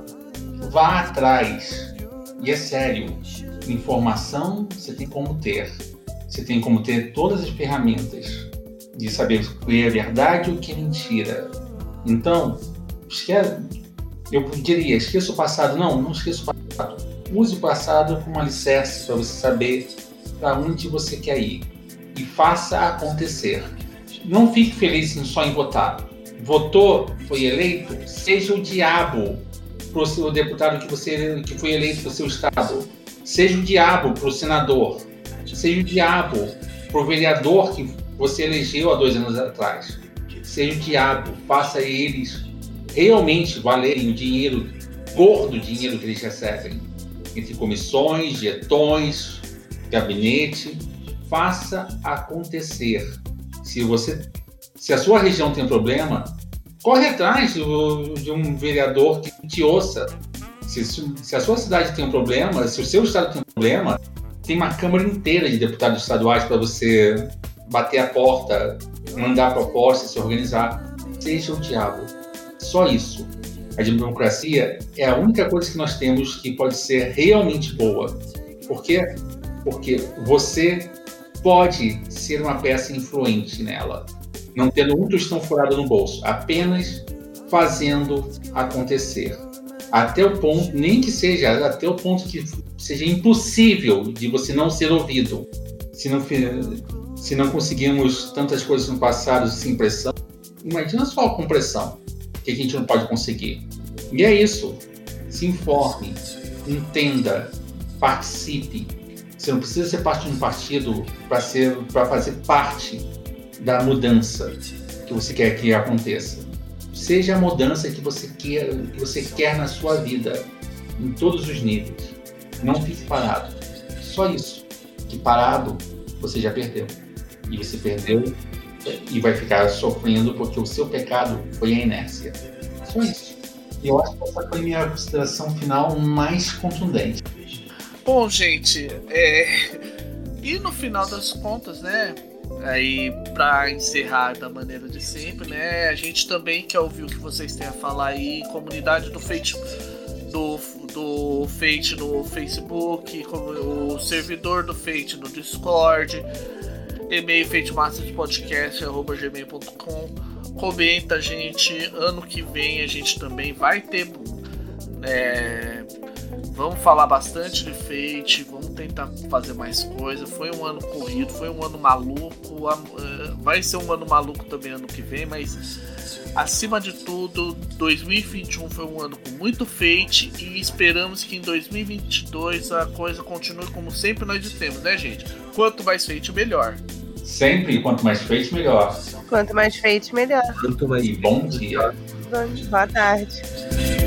Vá atrás. E é sério. Informação você tem como ter. Você tem como ter todas as ferramentas de saber o que é verdade e o que é mentira. Então, esquece, eu diria, esqueça o passado. Não, não esqueça o passado. Use o passado como alicerce para você saber para onde você quer ir. E faça acontecer. Não fique feliz em só em votar. Votou, foi eleito, seja o diabo para o deputado que, você, que foi eleito para o seu estado. Seja o diabo para o senador. Seja o diabo para o vereador que você elegeu há dois anos atrás. Seja o diabo, faça eles realmente valerem o dinheiro, gordo dinheiro que eles recebem. Entre comissões, jetões, gabinete. Faça acontecer. Se você, se a sua região tem problema, corre atrás do, de um vereador que te ouça. Se, se a sua cidade tem um problema, se o seu estado tem um problema, tem uma câmara inteira de deputados estaduais para você bater a porta, mandar propostas, se organizar. Seja o diabo. Só isso. A democracia é a única coisa que nós temos que pode ser realmente boa. Por quê? Porque você pode ser uma peça influente nela, não tendo um tostão furado no bolso, apenas fazendo acontecer. Até o ponto, nem que seja, até o ponto que seja impossível de você não ser ouvido. Se não, se não conseguimos tantas coisas no passado sem pressão, imagina só com pressão. O que a gente não pode conseguir. E é isso. Se informe, entenda, participe. Você não precisa ser parte de um partido para ser, para fazer parte da mudança que você quer que aconteça. Seja a mudança que você quer, que você quer na sua vida, em todos os níveis. Não fique parado. Só isso. Que parado, você já perdeu. E você perdeu e vai ficar sofrendo porque o seu pecado foi a inércia. Só isso. E eu acho que essa foi a minha consideração final mais contundente. Bom, gente, é... e no final das contas, né, aí pra encerrar da maneira de sempre, né, a gente também quer ouvir o que vocês têm a falar aí, comunidade do Fate, do, do Fate no Facebook, o servidor do Fate no Discord, e-mail fatemasterspodcast arroba gmail ponto com. Comenta, gente. Ano que vem a gente também vai ter. É, vamos falar bastante de Fate. Vamos tentar fazer mais coisa. Foi um ano corrido, foi um ano maluco. Vai ser um ano maluco também ano que vem, mas acima de tudo, dois mil e vinte e um foi um ano com muito fate e esperamos que em dois mil e vinte e dois a coisa continue como sempre nós temos, né, gente? Quanto mais fate, melhor. Sempre, quanto mais fate, melhor. Quanto mais fate, melhor. Quanto mais E bom dia. Boa tarde.